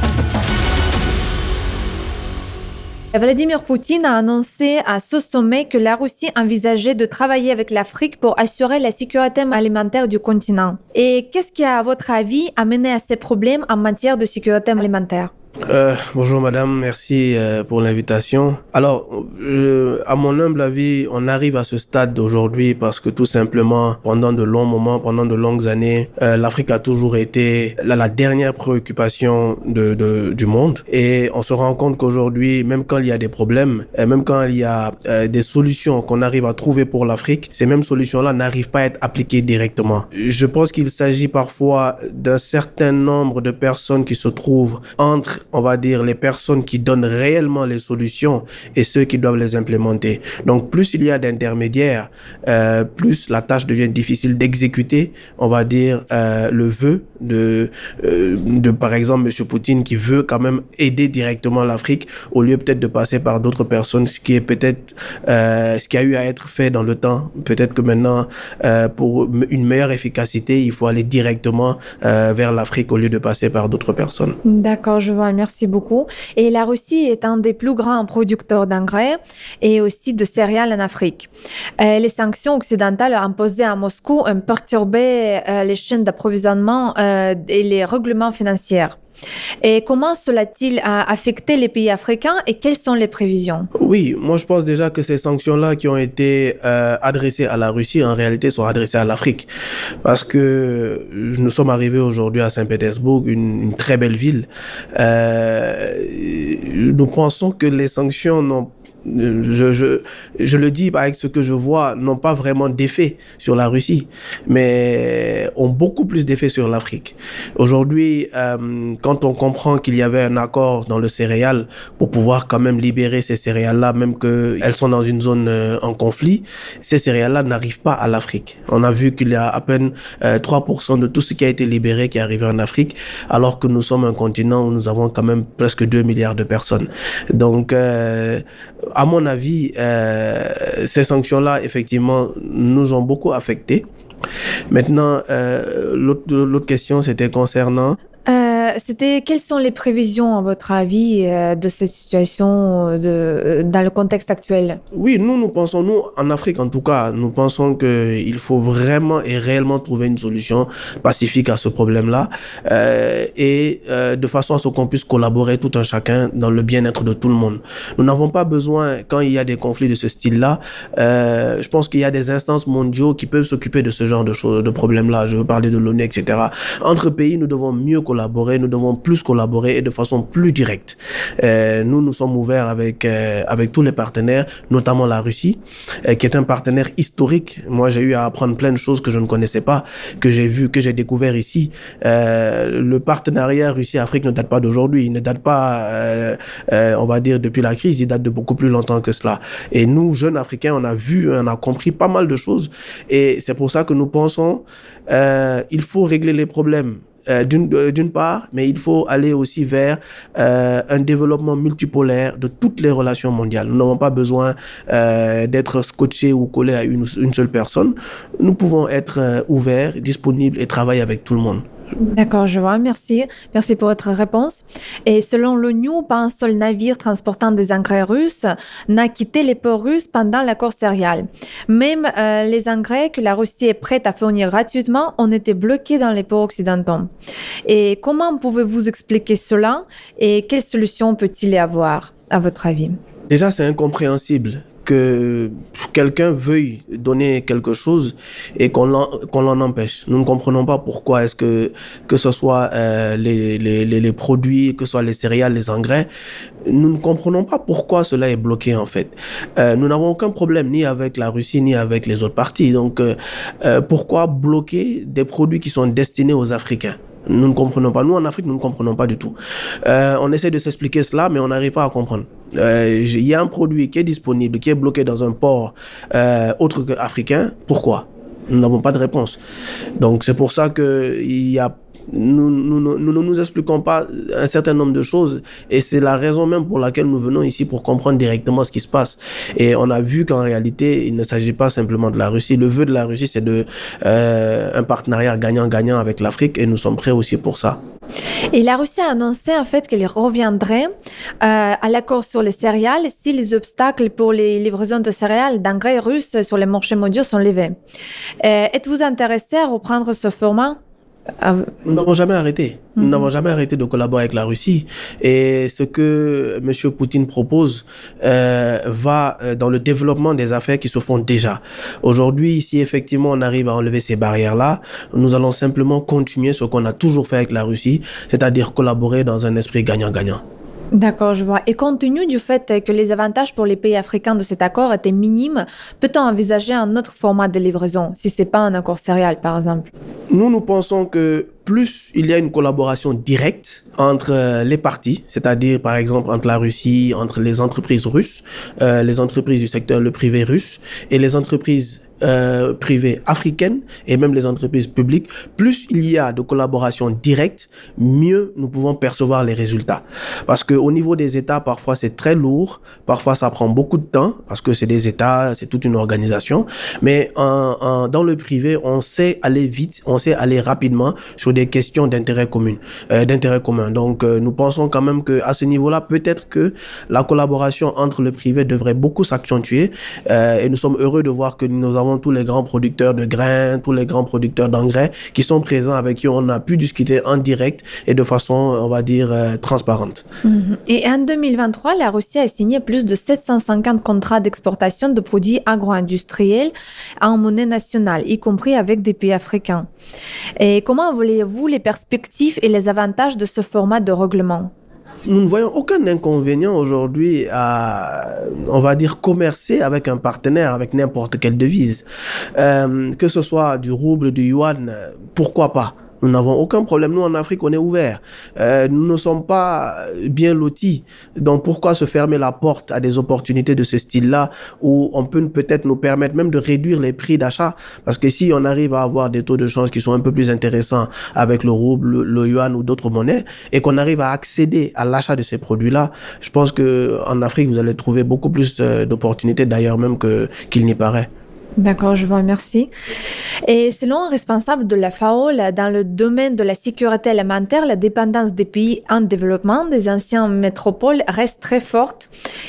Vladimir Poutine a annoncé à ce sommet que la Russie envisageait de travailler avec l'Afrique pour assurer la sécurité alimentaire du continent. Et qu'est-ce qui, à votre avis, a mené à ces problèmes en matière de sécurité alimentaire ? Euh, bonjour madame, merci euh, pour l'invitation. Alors, euh, à mon humble avis, on arrive à ce stade d'aujourd'hui parce que tout simplement, pendant de longs moments, pendant de longues années, euh, l'Afrique a toujours été la, la dernière préoccupation de, de, du monde. Et on se rend compte qu'aujourd'hui, même quand il y a des problèmes, euh, même quand il y a euh, des solutions qu'on arrive à trouver pour l'Afrique, ces mêmes solutions-là n'arrivent pas à être appliquées directement. Je pense qu'il s'agit parfois d'un certain nombre de personnes qui se trouvent entre entre, on va dire, les personnes qui donnent réellement les solutions et ceux qui doivent les implémenter. Donc, plus il y a d'intermédiaires, euh, plus la tâche devient difficile d'exécuter, on va dire, euh, le vœu de, euh, de, par exemple, M. Poutine qui veut quand même aider directement l'Afrique au lieu peut-être de passer par d'autres personnes, ce qui est peut-être euh, ce qui a eu à être fait dans le temps. Peut-être que maintenant, euh, pour une meilleure efficacité, il faut aller directement euh, vers l'Afrique au lieu de passer par d'autres personnes. D'accord, je vois, merci beaucoup. Et la Russie est un des plus grands producteurs d'engrais et aussi de céréales en Afrique. Euh, les sanctions occidentales imposées à Moscou ont perturbé euh, les chaînes d'approvisionnement euh, et les règlements financiers. Et comment cela a-t-il affecté les pays africains et quelles sont les prévisions? Oui, moi je pense déjà que ces sanctions-là qui ont été euh, adressées à la Russie, en réalité, sont adressées à l'Afrique. Parce que nous sommes arrivés aujourd'hui à Saint-Pétersbourg, une, une très belle ville. Euh, nous pensons que les sanctions n'ont Je, je, je le dis avec ce que je vois, n'ont pas vraiment d'effet sur la Russie, mais ont beaucoup plus d'effet sur l'Afrique. Aujourd'hui, euh, quand on comprend qu'il y avait un accord dans le céréal pour pouvoir quand même libérer ces céréales-là, même qu'elles sont dans une zone euh, en conflit, ces céréales-là n'arrivent pas à l'Afrique. On a vu qu'il y a à peine euh, trois pour cent de tout ce qui a été libéré qui est arrivé en Afrique, alors que nous sommes un continent où nous avons quand même presque deux milliards de personnes. Donc, euh, à mon avis, euh, ces sanctions-là, effectivement, nous ont beaucoup affectés. Maintenant, euh, l'autre, l'autre question, c'était concernant... Euh, c'était quelles sont les prévisions, à votre avis, euh, de cette situation de, dans le contexte actuel? Oui, nous, nous pensons, nous, en Afrique en tout cas, nous pensons qu'il faut vraiment et réellement trouver une solution pacifique à ce problème-là euh, et euh, de façon à ce qu'on puisse collaborer tout un chacun dans le bien-être de tout le monde. Nous n'avons pas besoin, quand il y a des conflits de ce style-là, euh, je pense qu'il y a des instances mondiaux qui peuvent s'occuper de ce genre de choses, de problèmes-là. Je veux parler de l'ONU, et cetera. Entre pays, nous devons mieux collaborer, nous devons plus collaborer et de façon plus directe. Euh, nous, nous sommes ouverts avec euh, avec tous les partenaires, notamment la Russie, euh, qui est un partenaire historique. Moi, j'ai eu à apprendre plein de choses que je ne connaissais pas, que j'ai vu, que j'ai découvert ici. Euh, le partenariat Russie-Afrique ne date pas d'aujourd'hui, il ne date pas, euh, euh, on va dire, depuis la crise, il date de beaucoup plus longtemps que cela. Et nous, jeunes Africains, on a vu, on a compris pas mal de choses. Et c'est pour ça que nous pensons, euh, il faut régler les problèmes. Euh, d'une, euh, d'une part, mais il faut aller aussi vers euh, un développement multipolaire de toutes les relations mondiales. Nous n'avons pas besoin euh, d'être scotchés ou collés à une, une seule personne. Nous pouvons être euh, ouverts, disponibles et travailler avec tout le monde. D'accord, je vois. Merci. Merci pour votre réponse. Et selon l'ONU, pas un seul navire transportant des engrais russes n'a quitté les ports russes pendant l'accord céréal. Même euh, les engrais que la Russie est prête à fournir gratuitement ont été bloqués dans les ports occidentaux. Et comment pouvez-vous expliquer cela et quelles solutions peut-il y avoir, à votre avis? Déjà, c'est incompréhensible que quelqu'un veuille donner quelque chose et qu'on l'en, qu'on l'en empêche. Nous ne comprenons pas pourquoi est-ce que que ce soit euh, les, les, les, les produits, que ce soit les céréales, les engrais, nous ne comprenons pas pourquoi cela est bloqué en fait. Euh, nous n'avons aucun problème ni avec la Russie ni avec les autres parties. Donc euh, euh, pourquoi bloquer des produits qui sont destinés aux Africains? Nous ne comprenons pas. Nous, en Afrique, nous ne comprenons pas du tout. Euh, on essaie de s'expliquer cela, mais on n'arrive pas à comprendre. Euh, il y a un produit qui est disponible, qui est bloqué dans un port euh, autre qu'africain. Pourquoi? Nous n'avons pas de réponse. Donc, c'est pour ça que il y a Nous nous, nous, nous, nous nous expliquons pas un certain nombre de choses et c'est la raison même pour laquelle nous venons ici pour comprendre directement ce qui se passe. Et on a vu qu'en réalité, il ne s'agit pas simplement de la Russie. Le vœu de la Russie, c'est de euh, un partenariat gagnant-gagnant avec l'Afrique et nous sommes prêts aussi pour ça. Et la Russie a annoncé en fait qu'elle reviendrait euh, à l'accord sur les céréales si les obstacles pour les livraisons de céréales d'engrais russes sur les marchés mondiaux sont levés. Euh, êtes-vous intéressé à reprendre ce format? Nous n'avons jamais arrêté. Nous mm-hmm. n'avons jamais arrêté de collaborer avec la Russie. Et ce que M. Poutine propose euh, va dans le développement des affaires qui se font déjà. Aujourd'hui, si effectivement on arrive à enlever ces barrières-là, nous allons simplement continuer ce qu'on a toujours fait avec la Russie, c'est-à-dire collaborer dans un esprit gagnant-gagnant. D'accord, je vois. Et compte tenu du fait que les avantages pour les pays africains de cet accord étaient minimes, peut-on envisager un autre format de livraison, si ce n'est pas un accord céréales, par exemple? Nous, nous pensons que plus il y a une collaboration directe entre les parties, c'est-à-dire par exemple entre la Russie, entre les entreprises russes, euh, les entreprises du secteur le privé russe et les entreprises Euh, privées africaines et même les entreprises publiques, plus il y a de collaboration directe, mieux nous pouvons percevoir les résultats. Parce que au niveau des États, parfois c'est très lourd, parfois ça prend beaucoup de temps parce que c'est des États, c'est toute une organisation. Mais en, en, dans le privé, on sait aller vite, on sait aller rapidement sur des questions d'intérêt commun, euh, d'intérêt commun. Donc euh, nous pensons quand même que à ce niveau-là, peut-être que la collaboration entre le privé devrait beaucoup s'accentuer. Euh, et nous sommes heureux de voir que nous avons tous les grands producteurs de grains, tous les grands producteurs d'engrais qui sont présents, avec qui on a pu discuter en direct et de façon, on va dire, euh, transparente. Mmh. Et en deux mille vingt-trois, la Russie a signé plus de sept cent cinquante contrats d'exportation de produits agro-industriels en monnaie nationale, y compris avec des pays africains. Et comment voyez-vous les perspectives et les avantages de ce format de règlement? Nous ne voyons aucun inconvénient aujourd'hui à, on va dire, commercer avec un partenaire, avec n'importe quelle devise. Euh, que ce soit du rouble, du yuan, pourquoi pas? Nous n'avons aucun problème. Nous, en Afrique, on est ouvert. Euh, nous ne sommes pas bien lotis. Donc, pourquoi se fermer la porte à des opportunités de ce style-là où on peut peut-être nous permettre même de réduire les prix d'achat? Parce que si on arrive à avoir des taux de change qui sont un peu plus intéressants avec le rouble, le, le yuan ou d'autres monnaies et qu'on arrive à accéder à l'achat de ces produits-là, je pense que en Afrique, vous allez trouver beaucoup plus d'opportunités d'ailleurs même que, qu'il n'y paraît. D'accord, je vous remercie. Et selon un responsable de la F A O, dans le domaine de la sécurité alimentaire, la dépendance des pays en développement des anciennes métropoles reste très forte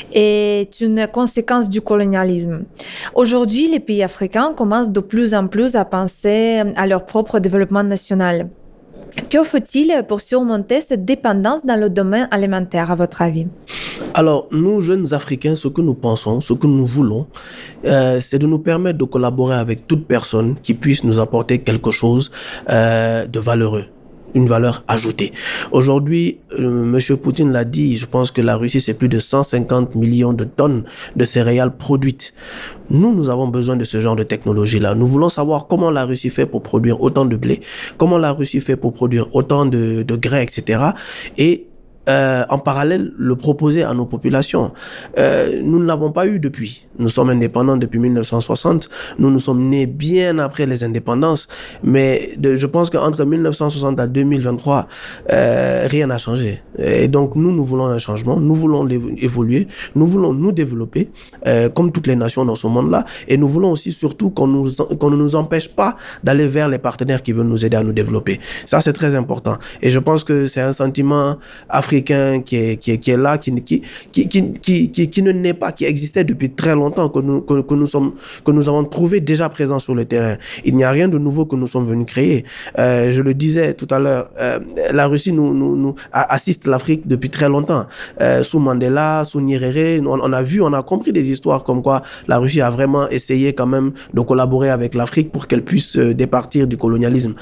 et est une conséquence du colonialisme. Aujourd'hui, les pays africains commencent de plus en plus à penser à leur propre développement national. Que faut-il pour surmonter cette dépendance dans le domaine alimentaire, à votre avis? Alors, nous, jeunes Africains, ce que nous pensons, ce que nous voulons, euh, c'est de nous permettre de collaborer avec toute personne qui puisse nous apporter quelque chose euh, de valeureux, une valeur ajoutée. Aujourd'hui, euh, Monsieur Poutine l'a dit, je pense que la Russie, c'est plus de cent cinquante millions de tonnes de céréales produites. Nous, nous avons besoin de ce genre de technologie-là. Nous voulons savoir comment la Russie fait pour produire autant de blé, comment la Russie fait pour produire autant de, de grains, et cetera. Et Euh, en parallèle, le proposer à nos populations. Euh, nous ne l'avons pas eu depuis. Nous sommes indépendants depuis mille neuf cent soixante. Nous nous sommes nés bien après les indépendances. Mais de, je pense qu'entre mille neuf cent soixante à deux mille vingt-trois, euh, rien n'a changé. Et donc, nous, nous voulons un changement. Nous voulons évoluer. Nous voulons nous développer, euh, comme toutes les nations dans ce monde-là. Et nous voulons aussi surtout qu'on nous, qu'on ne nous empêche pas d'aller vers les partenaires qui veulent nous aider à nous développer. Ça, c'est très important. Et je pense que c'est un sentiment africain qui est, qui est, qui est là, qui, qui, qui, qui, qui, qui ne naît pas, qui existait depuis très longtemps, que nous, que, que nous sommes, que nous avons trouvé déjà présent sur le terrain. Il n'y a rien de nouveau que nous sommes venus créer. Euh, je le disais tout à l'heure, euh, la Russie nous, nous, nous assiste l'Afrique depuis très longtemps. Euh, sous Mandela, sous Nyerere, on, on a vu, on a compris des histoires comme quoi la Russie a vraiment essayé quand même de collaborer avec l'Afrique pour qu'elle puisse euh, départir du colonialisme.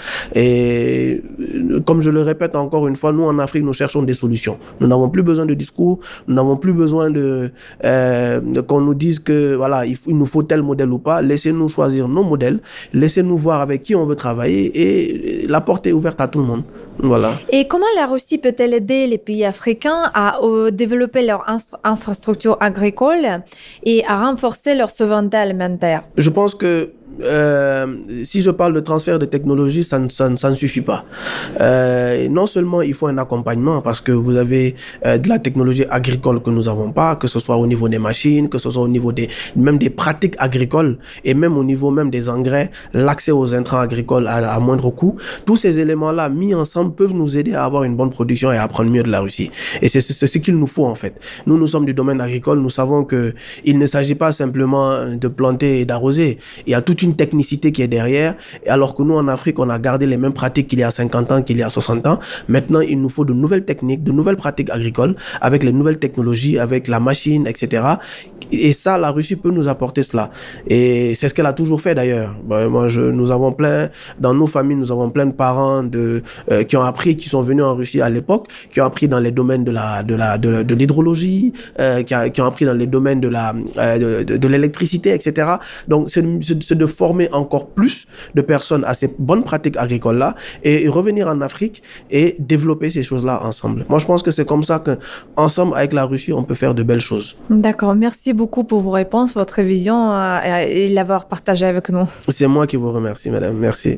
Et euh, comme je le répète encore une fois, nous en Afrique, nous cherchons des solutions. Nous n'avons plus besoin de discours, nous n'avons plus besoin de, euh, de qu'on nous dise que voilà, il, il nous faut tel modèle ou pas. Laissez-nous choisir nos modèles, laissez-nous voir avec qui on veut travailler et la porte est ouverte à tout le monde. Voilà. Et comment la Russie peut-elle aider les pays africains à euh, développer leur infra- infrastructure agricole et à renforcer leur souveraineté alimentaire? Je pense que Euh, si je parle de transfert de technologie, ça ne, ça ne, ça ne suffit pas. Euh, non seulement il faut un accompagnement parce que vous avez euh, de la technologie agricole que nous n'avons pas, que ce soit au niveau des machines, que ce soit au niveau des, même des pratiques agricoles et même au niveau même des engrais, l'accès aux intrants agricoles à, à moindre coût. Tous ces éléments-là mis ensemble peuvent nous aider à avoir une bonne production et à apprendre mieux de la Russie. Et c'est, c'est ce qu'il nous faut en fait. Nous, nous sommes du domaine agricole, nous savons que il ne s'agit pas simplement de planter et d'arroser. Il y a toute une technicité qui est derrière, alors que nous en Afrique on a gardé les mêmes pratiques qu'il y a cinquante ans, qu'il y a soixante ans. Maintenant il nous faut de nouvelles techniques, de nouvelles pratiques agricoles avec les nouvelles technologies, avec la machine, et cetera. Et ça, la Russie peut nous apporter cela. Et c'est ce qu'elle a toujours fait d'ailleurs. Ben, moi, je, nous avons plein, dans nos familles, nous avons plein de parents de, euh, qui ont appris, qui sont venus en Russie à l'époque, qui ont appris dans les domaines de la, de la, de, de l'hydrologie, euh, qui, a, qui ont appris dans les domaines de la, euh, de, de l'électricité, et cetera. Donc, c'est, c'est de former encore plus de personnes à ces bonnes pratiques agricoles-là et revenir en Afrique et développer ces choses-là ensemble. Moi, je pense que c'est comme ça qu'ensemble, avec la Russie, on peut faire de belles choses. D'accord. Merci beaucoup pour vos réponses, votre vision euh, et l'avoir partagé avec nous. C'est moi qui vous remercie, madame. Merci.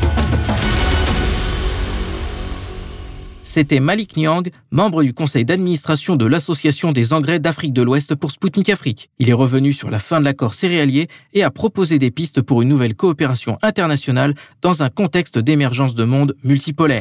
C'était Malik Niang, membre du conseil d'administration de l'Association des engrais d'Afrique de l'Ouest pour Spoutnik Afrique. Il est revenu sur la fin de l'accord céréalier et a proposé des pistes pour une nouvelle coopération internationale dans un contexte d'émergence de monde multipolaire.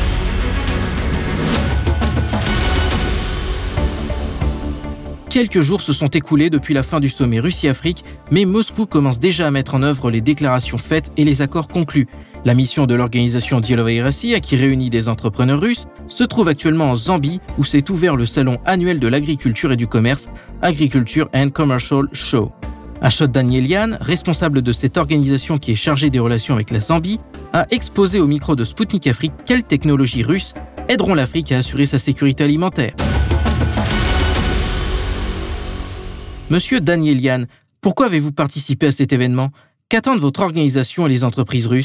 Quelques jours se sont écoulés depuis la fin du sommet Russie-Afrique, mais Moscou commence déjà à mettre en œuvre les déclarations faites et les accords conclus. La mission de l'organisation Delovaya Russia, qui réunit des entrepreneurs russes, se trouve actuellement en Zambie, où s'est ouvert le salon annuel de l'agriculture et du commerce, Agriculture and Commercial Show. Ashot Danielian, responsable de cette organisation qui est chargée des relations avec la Zambie, a exposé au micro de Spoutnik Afrique quelles technologies russes aideront l'Afrique à assurer sa sécurité alimentaire. Monsieur Danielian, pourquoi avez-vous participé à cet événement ? Qu'attendent votre organisation et les entreprises russes ?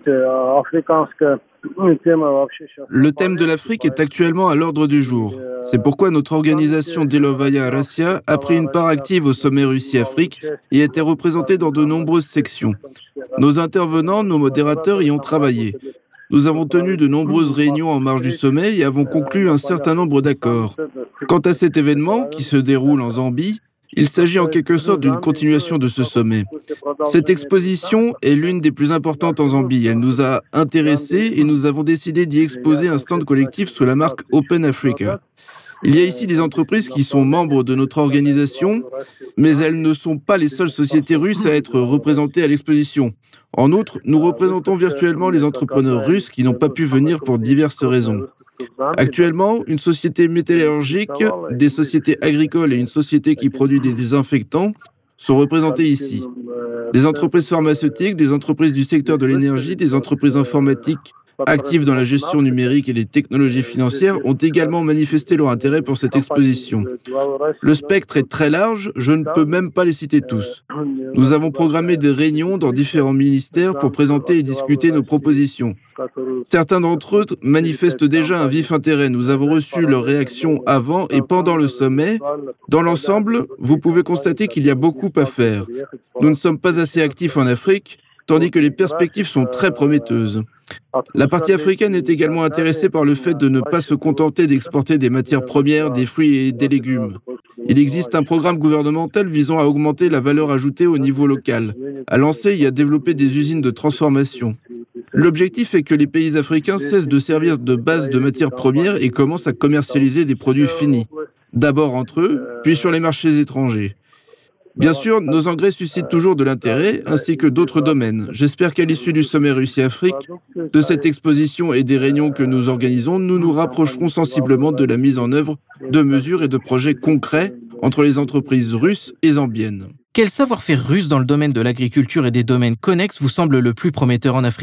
Le thème de l'Afrique est actuellement à l'ordre du jour. C'est pourquoi notre organisation Delovaya Russia a pris une part active au sommet Russie-Afrique et a été représentée dans de nombreuses sections. Nos intervenants, nos modérateurs y ont travaillé. Nous avons tenu de nombreuses réunions en marge du sommet et avons conclu un certain nombre d'accords. Quant à cet événement, qui se déroule en Zambie, il s'agit en quelque sorte d'une continuation de ce sommet. Cette exposition est l'une des plus importantes en Zambie. Elle nous a intéressés et nous avons décidé d'y exposer un stand collectif sous la marque Open Africa. Il y a ici des entreprises qui sont membres de notre organisation, mais elles ne sont pas les seules sociétés russes à être représentées à l'exposition. En outre, nous représentons virtuellement les entrepreneurs russes qui n'ont pas pu venir pour diverses raisons. Actuellement, une société métallurgique, des sociétés agricoles et une société qui produit des désinfectants sont représentées ici. Des entreprises pharmaceutiques, des entreprises du secteur de l'énergie, des entreprises informatiques actives dans la gestion numérique et les technologies financières ont également manifesté leur intérêt pour cette exposition. Le spectre est très large, je ne peux même pas les citer tous. Nous avons programmé des réunions dans différents ministères pour présenter et discuter nos propositions. Certains d'entre eux manifestent déjà un vif intérêt. Nous avons reçu leurs réactions avant et pendant le sommet. Dans l'ensemble, vous pouvez constater qu'il y a beaucoup à faire. Nous ne sommes pas assez actifs en Afrique, tandis que les perspectives sont très prometteuses. La partie africaine est également intéressée par le fait de ne pas se contenter d'exporter des matières premières, des fruits et des légumes. Il existe un programme gouvernemental visant à augmenter la valeur ajoutée au niveau local, à lancer et à développer des usines de transformation. L'objectif est que les pays africains cessent de servir de base de matières premières et commencent à commercialiser des produits finis, d'abord entre eux, puis sur les marchés étrangers. Bien sûr, nos engrais suscitent toujours de l'intérêt, ainsi que d'autres domaines. J'espère qu'à l'issue du sommet Russie-Afrique, de cette exposition et des réunions que nous organisons, nous nous rapprocherons sensiblement de la mise en œuvre de mesures et de projets concrets entre les entreprises russes et zambiennes. Quel savoir-faire russe dans le domaine de l'agriculture et des domaines connexes vous semble le plus prometteur en Afrique ?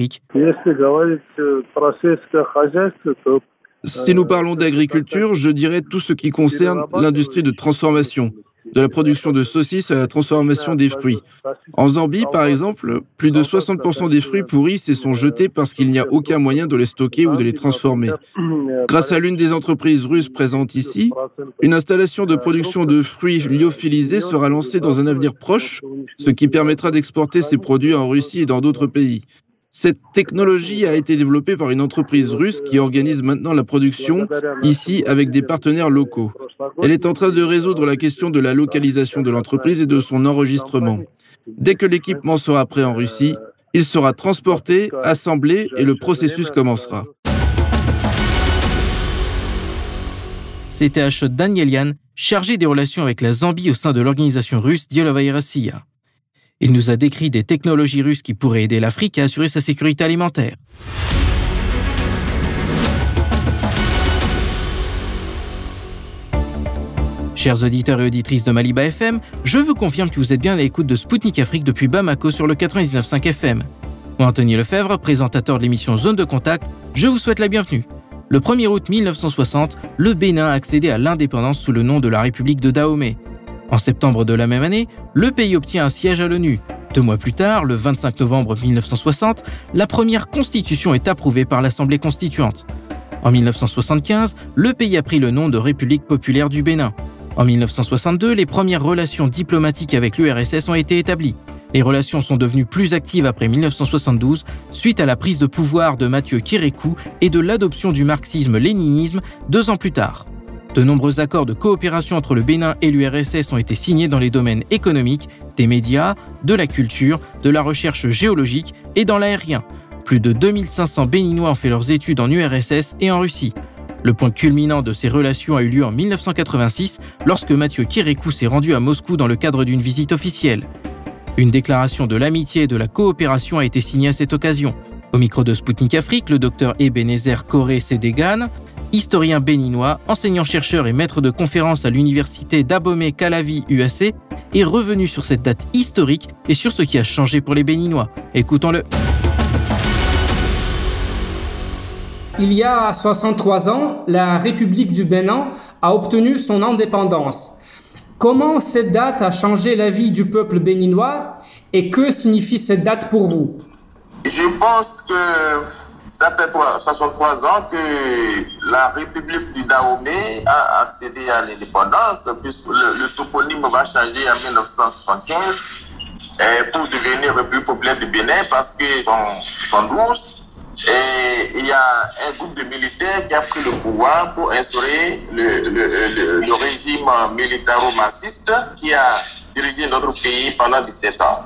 Si nous parlons d'agriculture, je dirais tout ce qui concerne l'industrie de transformation, de la production de saucisses à la transformation des fruits. En Zambie, par exemple, plus de soixante pour cent des fruits pourrissent et sont jetés parce qu'il n'y a aucun moyen de les stocker ou de les transformer. Grâce à l'une des entreprises russes présentes ici, une installation de production de fruits lyophilisés sera lancée dans un avenir proche, ce qui permettra d'exporter ces produits en Russie et dans d'autres pays. Cette technologie a été développée par une entreprise russe qui organise maintenant la production ici avec des partenaires locaux. Elle est en train de résoudre la question de la localisation de l'entreprise et de son enregistrement. Dès que l'équipement sera prêt en Russie, il sera transporté, assemblé et le processus commencera. C'était Ashot Danielian, chargé des relations avec la Zambie au sein de l'organisation russe Delovaya Russia. Il nous a décrit des technologies russes qui pourraient aider l'Afrique à assurer sa sécurité alimentaire. Chers auditeurs et auditrices de Maliba F M, je vous confirme que vous êtes bien à l'écoute de Spoutnik Afrique depuis Bamako sur le quatre-vingt-dix-neuf virgule cinq F M. Moi, Anthony Lefebvre, présentateur de l'émission Zone de Contact, je vous souhaite la bienvenue. Le premier août mille neuf cent soixante, le Bénin a accédé à l'indépendance sous le nom de la République de Dahomey. En septembre de la même année, le pays obtient un siège à l'ONU. Deux mois plus tard, le vingt-cinq novembre mille neuf cent soixante, la première constitution est approuvée par l'Assemblée constituante. En mille neuf cent soixante-quinze, le pays a pris le nom de République populaire du Bénin. En mille neuf cent soixante-deux, les premières relations diplomatiques avec l'U R S S ont été établies. Les relations sont devenues plus actives après mille neuf cent soixante-douze, suite à la prise de pouvoir de Mathieu Kérékou et de l'adoption du marxisme-léninisme deux ans plus tard. De nombreux accords de coopération entre le Bénin et l'U R S S ont été signés dans les domaines économiques, des médias, de la culture, de la recherche géologique et dans l'aérien. Plus de deux mille cinq cents Béninois ont fait leurs études en U R S S et en Russie. Le point culminant de ces relations a eu lieu en mille neuf cent quatre-vingt-six, lorsque Mathieu Kérékou s'est rendu à Moscou dans le cadre d'une visite officielle. Une déclaration de l'amitié et de la coopération a été signée à cette occasion. Au micro de Spoutnik Afrique, le docteur Ebenezer Koré Sédégane, historien béninois, enseignant-chercheur et maître de conférences à l'université d'Abomey-Calavi U A C, est revenu sur cette date historique et sur ce qui a changé pour les Béninois. Écoutons-le. Il y a soixante-trois ans, la République du Bénin a obtenu son indépendance. Comment cette date a changé la vie du peuple béninois et que signifie cette date pour vous? Je pense que ça fait soixante-trois ans que la République du Dahomey a accédé à l'indépendance, puisque le, le toponyme va changer en mille neuf cent soixante-quinze eh, pour devenir République populaire du Bénin, parce que en soixante-douze, et il y a un groupe de militaires qui a pris le pouvoir pour instaurer le, le, le, le régime militaro-marxiste qui a dirigé notre pays pendant dix-sept ans.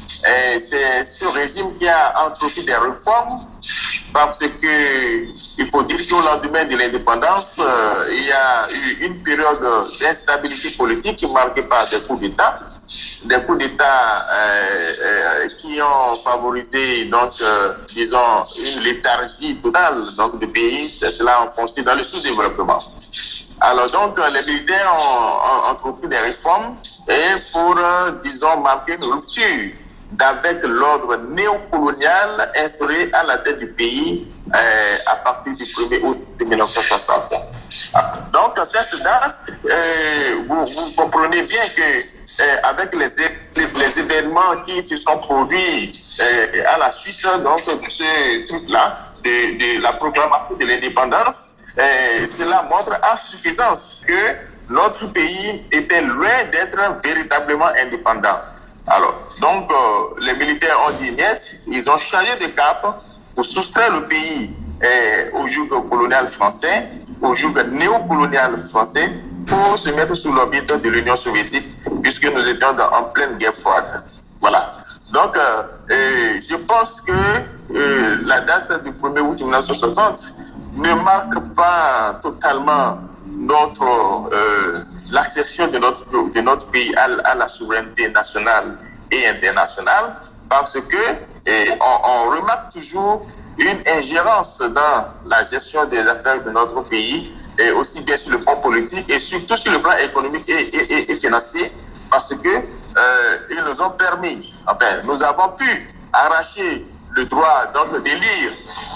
Et c'est ce régime qui a entrepris des réformes, parce que il faut dire qu'au lendemain de l'indépendance, euh, il y a eu une période d'instabilité politique marquée par des coups d'État, des coups d'État euh, euh, qui ont favorisé, donc, euh, disons, une léthargie totale donc, du pays. Cela a enfoncé dans le sous-développement. Alors, donc, les militaires ont, ont entrepris des réformes et pour, euh, disons, marquer une rupture d'avec l'ordre néocolonial instauré à la tête du pays euh, à partir du premier août mille neuf cent soixante. Donc, cette date, euh, vous, vous comprenez bien que euh, avec les, les événements qui se sont produits euh, à la suite donc, de ce truc-là, de, de la proclamation de l'indépendance, euh, cela montre à suffisance que notre pays était loin d'être véritablement indépendant. Alors, donc, euh, les militaires ont dit net, ils ont changé de cap pour soustraire le pays eh, au joug colonial français, au joug néocolonial français, pour se mettre sous l'orbite de l'Union soviétique, puisque nous étions dans, en pleine guerre froide. Voilà. Donc, euh, eh, je pense que eh, la date du premier août mille neuf cent soixante ne marque pas totalement notre... Euh, l'accession de notre, de notre pays à, à la souveraineté nationale et internationale, parce que eh, on, on remarque toujours une ingérence dans la gestion des affaires de notre pays, et aussi bien sur le plan politique et surtout sur le plan économique et, et, et, et financier, parce que euh, ils nous ont permis, enfin, nous avons pu arracher le droit donc d'élire,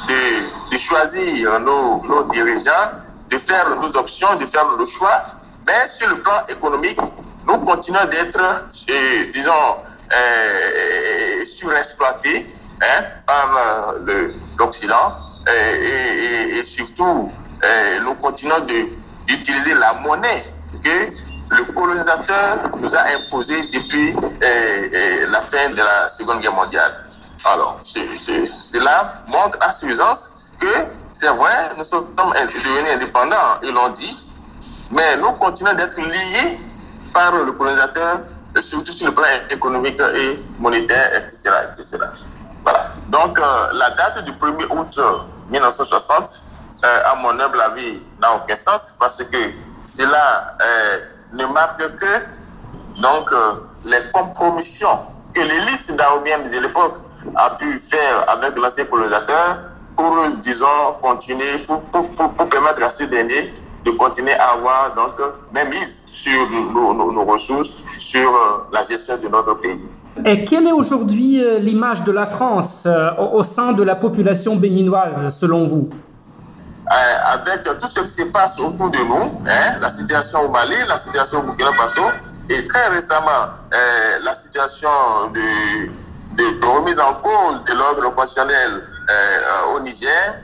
de, de choisir nos, nos dirigeants, de faire nos options, de faire nos choix. Mais sur le plan économique, nous continuons d'être, euh, disons, euh, surexploités hein, par euh, le, l'Occident euh, et, et, et surtout, euh, nous continuons de, d'utiliser la monnaie que le colonisateur nous a imposée depuis euh, euh, la fin de la Seconde Guerre mondiale. Alors, c'est, c'est, cela montre à suffisance que c'est vrai, nous sommes devenus indépendants, ils l'ont dit, mais nous continuons d'être liés par le colonisateur, surtout sur le plan économique et monétaire, et cetera et cetera. Voilà. Donc, euh, la date du premier août mille neuf cent soixante, euh, à mon humble avis, n'a aucun sens, parce que cela euh, ne marque que donc, euh, les compromissions que l'élite dahomienne de l'époque a pu faire avec l'ancien colonisateur pour, disons, continuer, pour, pour, pour, pour permettre à ce dernier de continuer à avoir donc même mise sur nos, nos, nos ressources, sur euh, la gestion de notre pays. Et quelle est aujourd'hui euh, l'image de la France euh, au, au sein de la population béninoise, selon vous? Euh, avec tout ce qui se passe autour de nous, hein, la situation au Mali, la situation au Burkina Faso, et très récemment, euh, la situation de, de, de remise en cause de l'ordre constitutionnel euh, au Niger,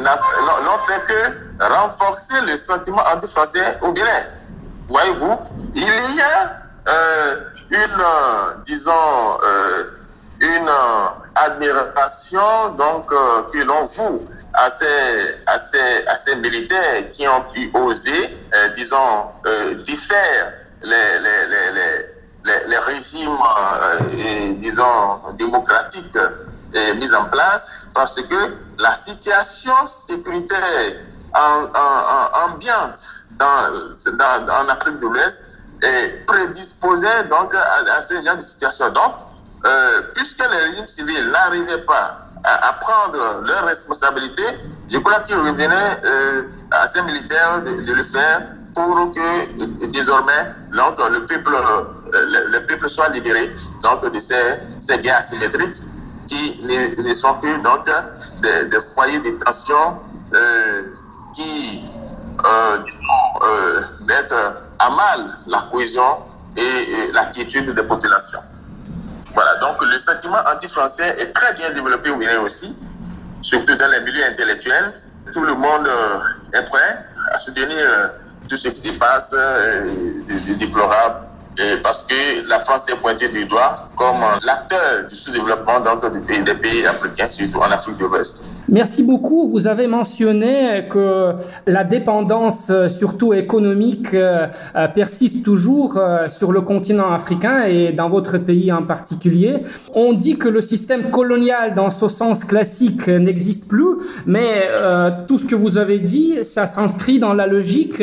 n'ont fait que renforcer le sentiment anti-français au Bénin. Voyez-vous, il y a euh, une, euh, disons, euh, une euh, admiration donc, euh, que l'on voue à ces, à, ces, à ces militaires qui ont pu oser, euh, disons, euh, défaire les, les, les, les, les, les régimes, euh, et, disons, démocratiques euh, mis en place, parce que la situation sécuritaire en, en, en, ambiante dans, dans, en Afrique de l'Ouest est prédisposée donc à, à ces genres de situations. Donc, euh, puisque les régimes civils n'arrivaient pas à, à prendre leurs responsabilités, je crois qu'il revenait euh, à ces militaires de, de le faire pour que désormais donc, le, peuple, euh, le, le peuple soit libéré donc, de ces, ces guerres asymétriques qui ne, ne sont que donc, des, des foyers de tension euh, qui euh, euh, mettent à mal la cohésion et, et la quiétude des populations. Voilà, donc le sentiment anti-français est très bien développé au Bénin aussi, surtout dans les milieux intellectuels. Tout le monde euh, est prêt à soutenir euh, tout ce qui se passe euh, de, de déplorable, et parce que la France est pointée du doigt comme l'acteur du sous-développement donc, du pays, des pays africains, surtout en Afrique de l'Ouest. Merci beaucoup. Vous avez mentionné que la dépendance, surtout économique, persiste toujours sur le continent africain et dans votre pays en particulier. On dit que le système colonial dans ce sens classique n'existe plus, mais euh, tout ce que vous avez dit, ça s'inscrit dans la logique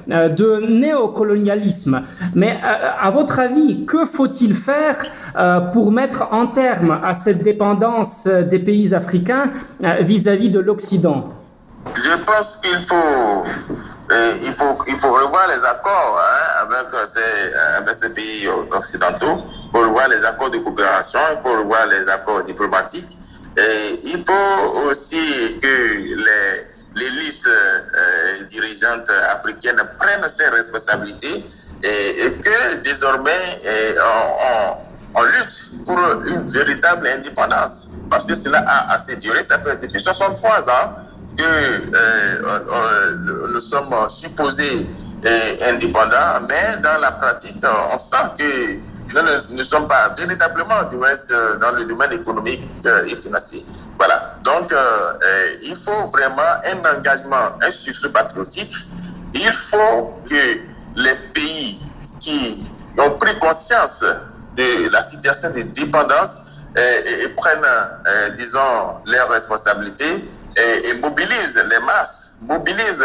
de néocolonialisme. Mais euh, à votre avis, que faut-il faire euh, pour mettre un terme à cette dépendance des pays africains euh, vis-à-vis de l'Occident? Je pense qu'il faut, euh, il faut, il faut revoir les accords hein, avec, ces, avec ces pays occidentaux, il faut revoir les accords de coopération, il faut revoir les accords diplomatiques. Et il faut aussi que les, l'élite euh, dirigeante africaine prenne ses responsabilités et, et que désormais euh, on, on, on lutte pour une véritable indépendance. Parce que cela a assez duré, ça fait depuis soixante-trois ans que euh, on, on, nous sommes supposés euh, indépendants, mais dans la pratique, on sent que nous ne, ne sommes pas véritablement du moins dans le domaine économique et financier. Voilà. Donc, euh, il faut vraiment un engagement, un sursaut patriotique. Il faut que les pays qui ont pris conscience de la situation de dépendance et, et prennent, euh, disons, leurs responsabilités et, et mobilisent les masses, mobilisent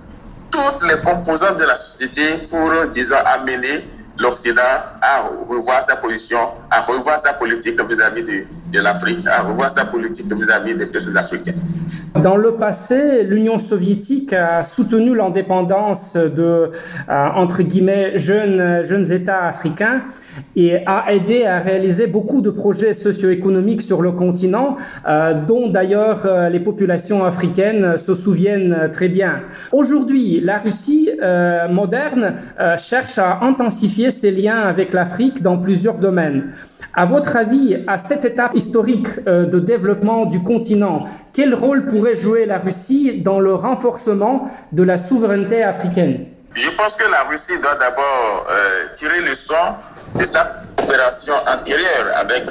toutes les composantes de la société pour, disons, amener l'Occident à revoir sa position, à revoir sa politique vis-à-vis de, de l'Afrique, à revoir sa politique vis-à-vis des peuples africains. Dans le passé, l'Union soviétique a soutenu l'indépendance de, euh, entre guillemets, jeunes, jeunes États africains et a aidé à réaliser beaucoup de projets socio-économiques sur le continent, euh, dont d'ailleurs euh, les populations africaines se souviennent très bien. Aujourd'hui, la Russie euh, moderne euh, cherche à intensifier ses liens avec l'Afrique dans plusieurs domaines. À votre avis, à cette étape historique euh, de développement du continent, quel rôle pourrait jouer la Russie dans le renforcement de la souveraineté africaine? Je pense que la Russie doit d'abord euh, tirer le son de sa coopération antérieure avec,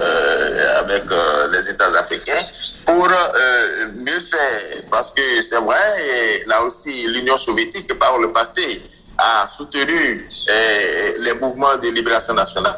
euh, avec euh, les États africains pour euh, mieux faire. Parce que c'est vrai, et là aussi l'Union soviétique par le passé a soutenu euh, les mouvements de libération nationale.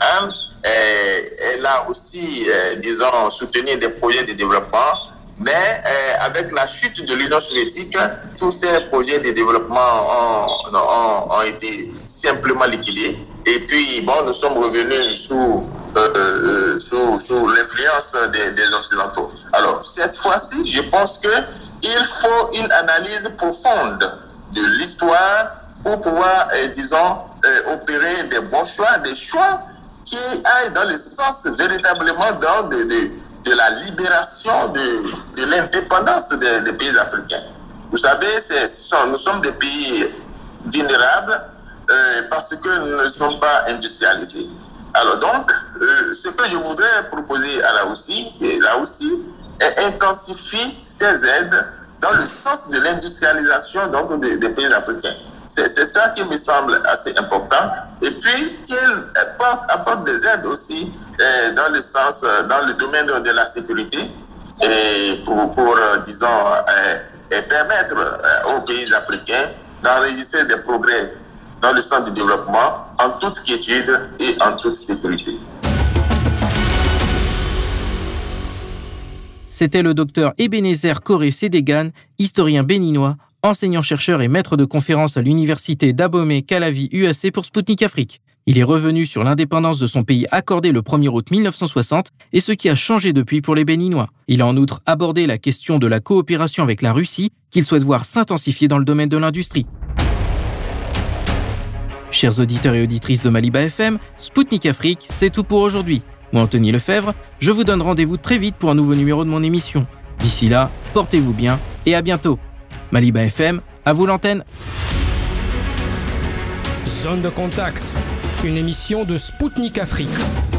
Elle a aussi, euh, disons, soutenu des projets de développement, mais euh, avec la chute de l'Union soviétique, tous ces projets de développement ont, ont, ont été simplement liquidés. Et puis, bon, nous sommes revenus sous, euh, sous, sous l'influence des, des Occidentaux. Alors, cette fois-ci, je pense qu'il faut une analyse profonde de l'histoire pour pouvoir, euh, disons, euh, opérer des bons choix, des choix qui aillent dans le sens véritablement dans de, de, de la libération de, de l'indépendance des, des pays africains. Vous savez, c'est, nous sommes des pays vulnérables euh, parce que nous ne sommes pas industrialisés. Alors donc, euh, ce que je voudrais proposer à la Russie, et la Russie intensifie ses aides dans le sens de l'industrialisation donc, des, des pays africains. C'est, c'est ça qui me semble assez important. Et puis, qu'il apporte, apporte des aides aussi euh, dans le sens, dans le domaine de la sécurité, et pour, pour disons, euh, et permettre euh, aux pays africains d'enregistrer des progrès dans le sens du développement en toute quiétude et en toute sécurité. C'était le docteur Ebenezer Koré Sédégan, historien béninois, enseignant-chercheur et maître de conférences à l'université d'Abomey-Calavi U A C pour Spoutnik Afrique. Il est revenu sur l'indépendance de son pays accordée le premier août mille neuf cent soixante et ce qui a changé depuis pour les Béninois. Il a en outre abordé la question de la coopération avec la Russie qu'il souhaite voir s'intensifier dans le domaine de l'industrie. Chers auditeurs et auditrices de Maliba F M, Spoutnik Afrique, c'est tout pour aujourd'hui. Moi, Anthony Lefebvre, je vous donne rendez-vous très vite pour un nouveau numéro de mon émission. D'ici là, portez-vous bien et à bientôt. Maliba F M, à vous l'antenne. Zone de contact, une émission de Spoutnik Afrique.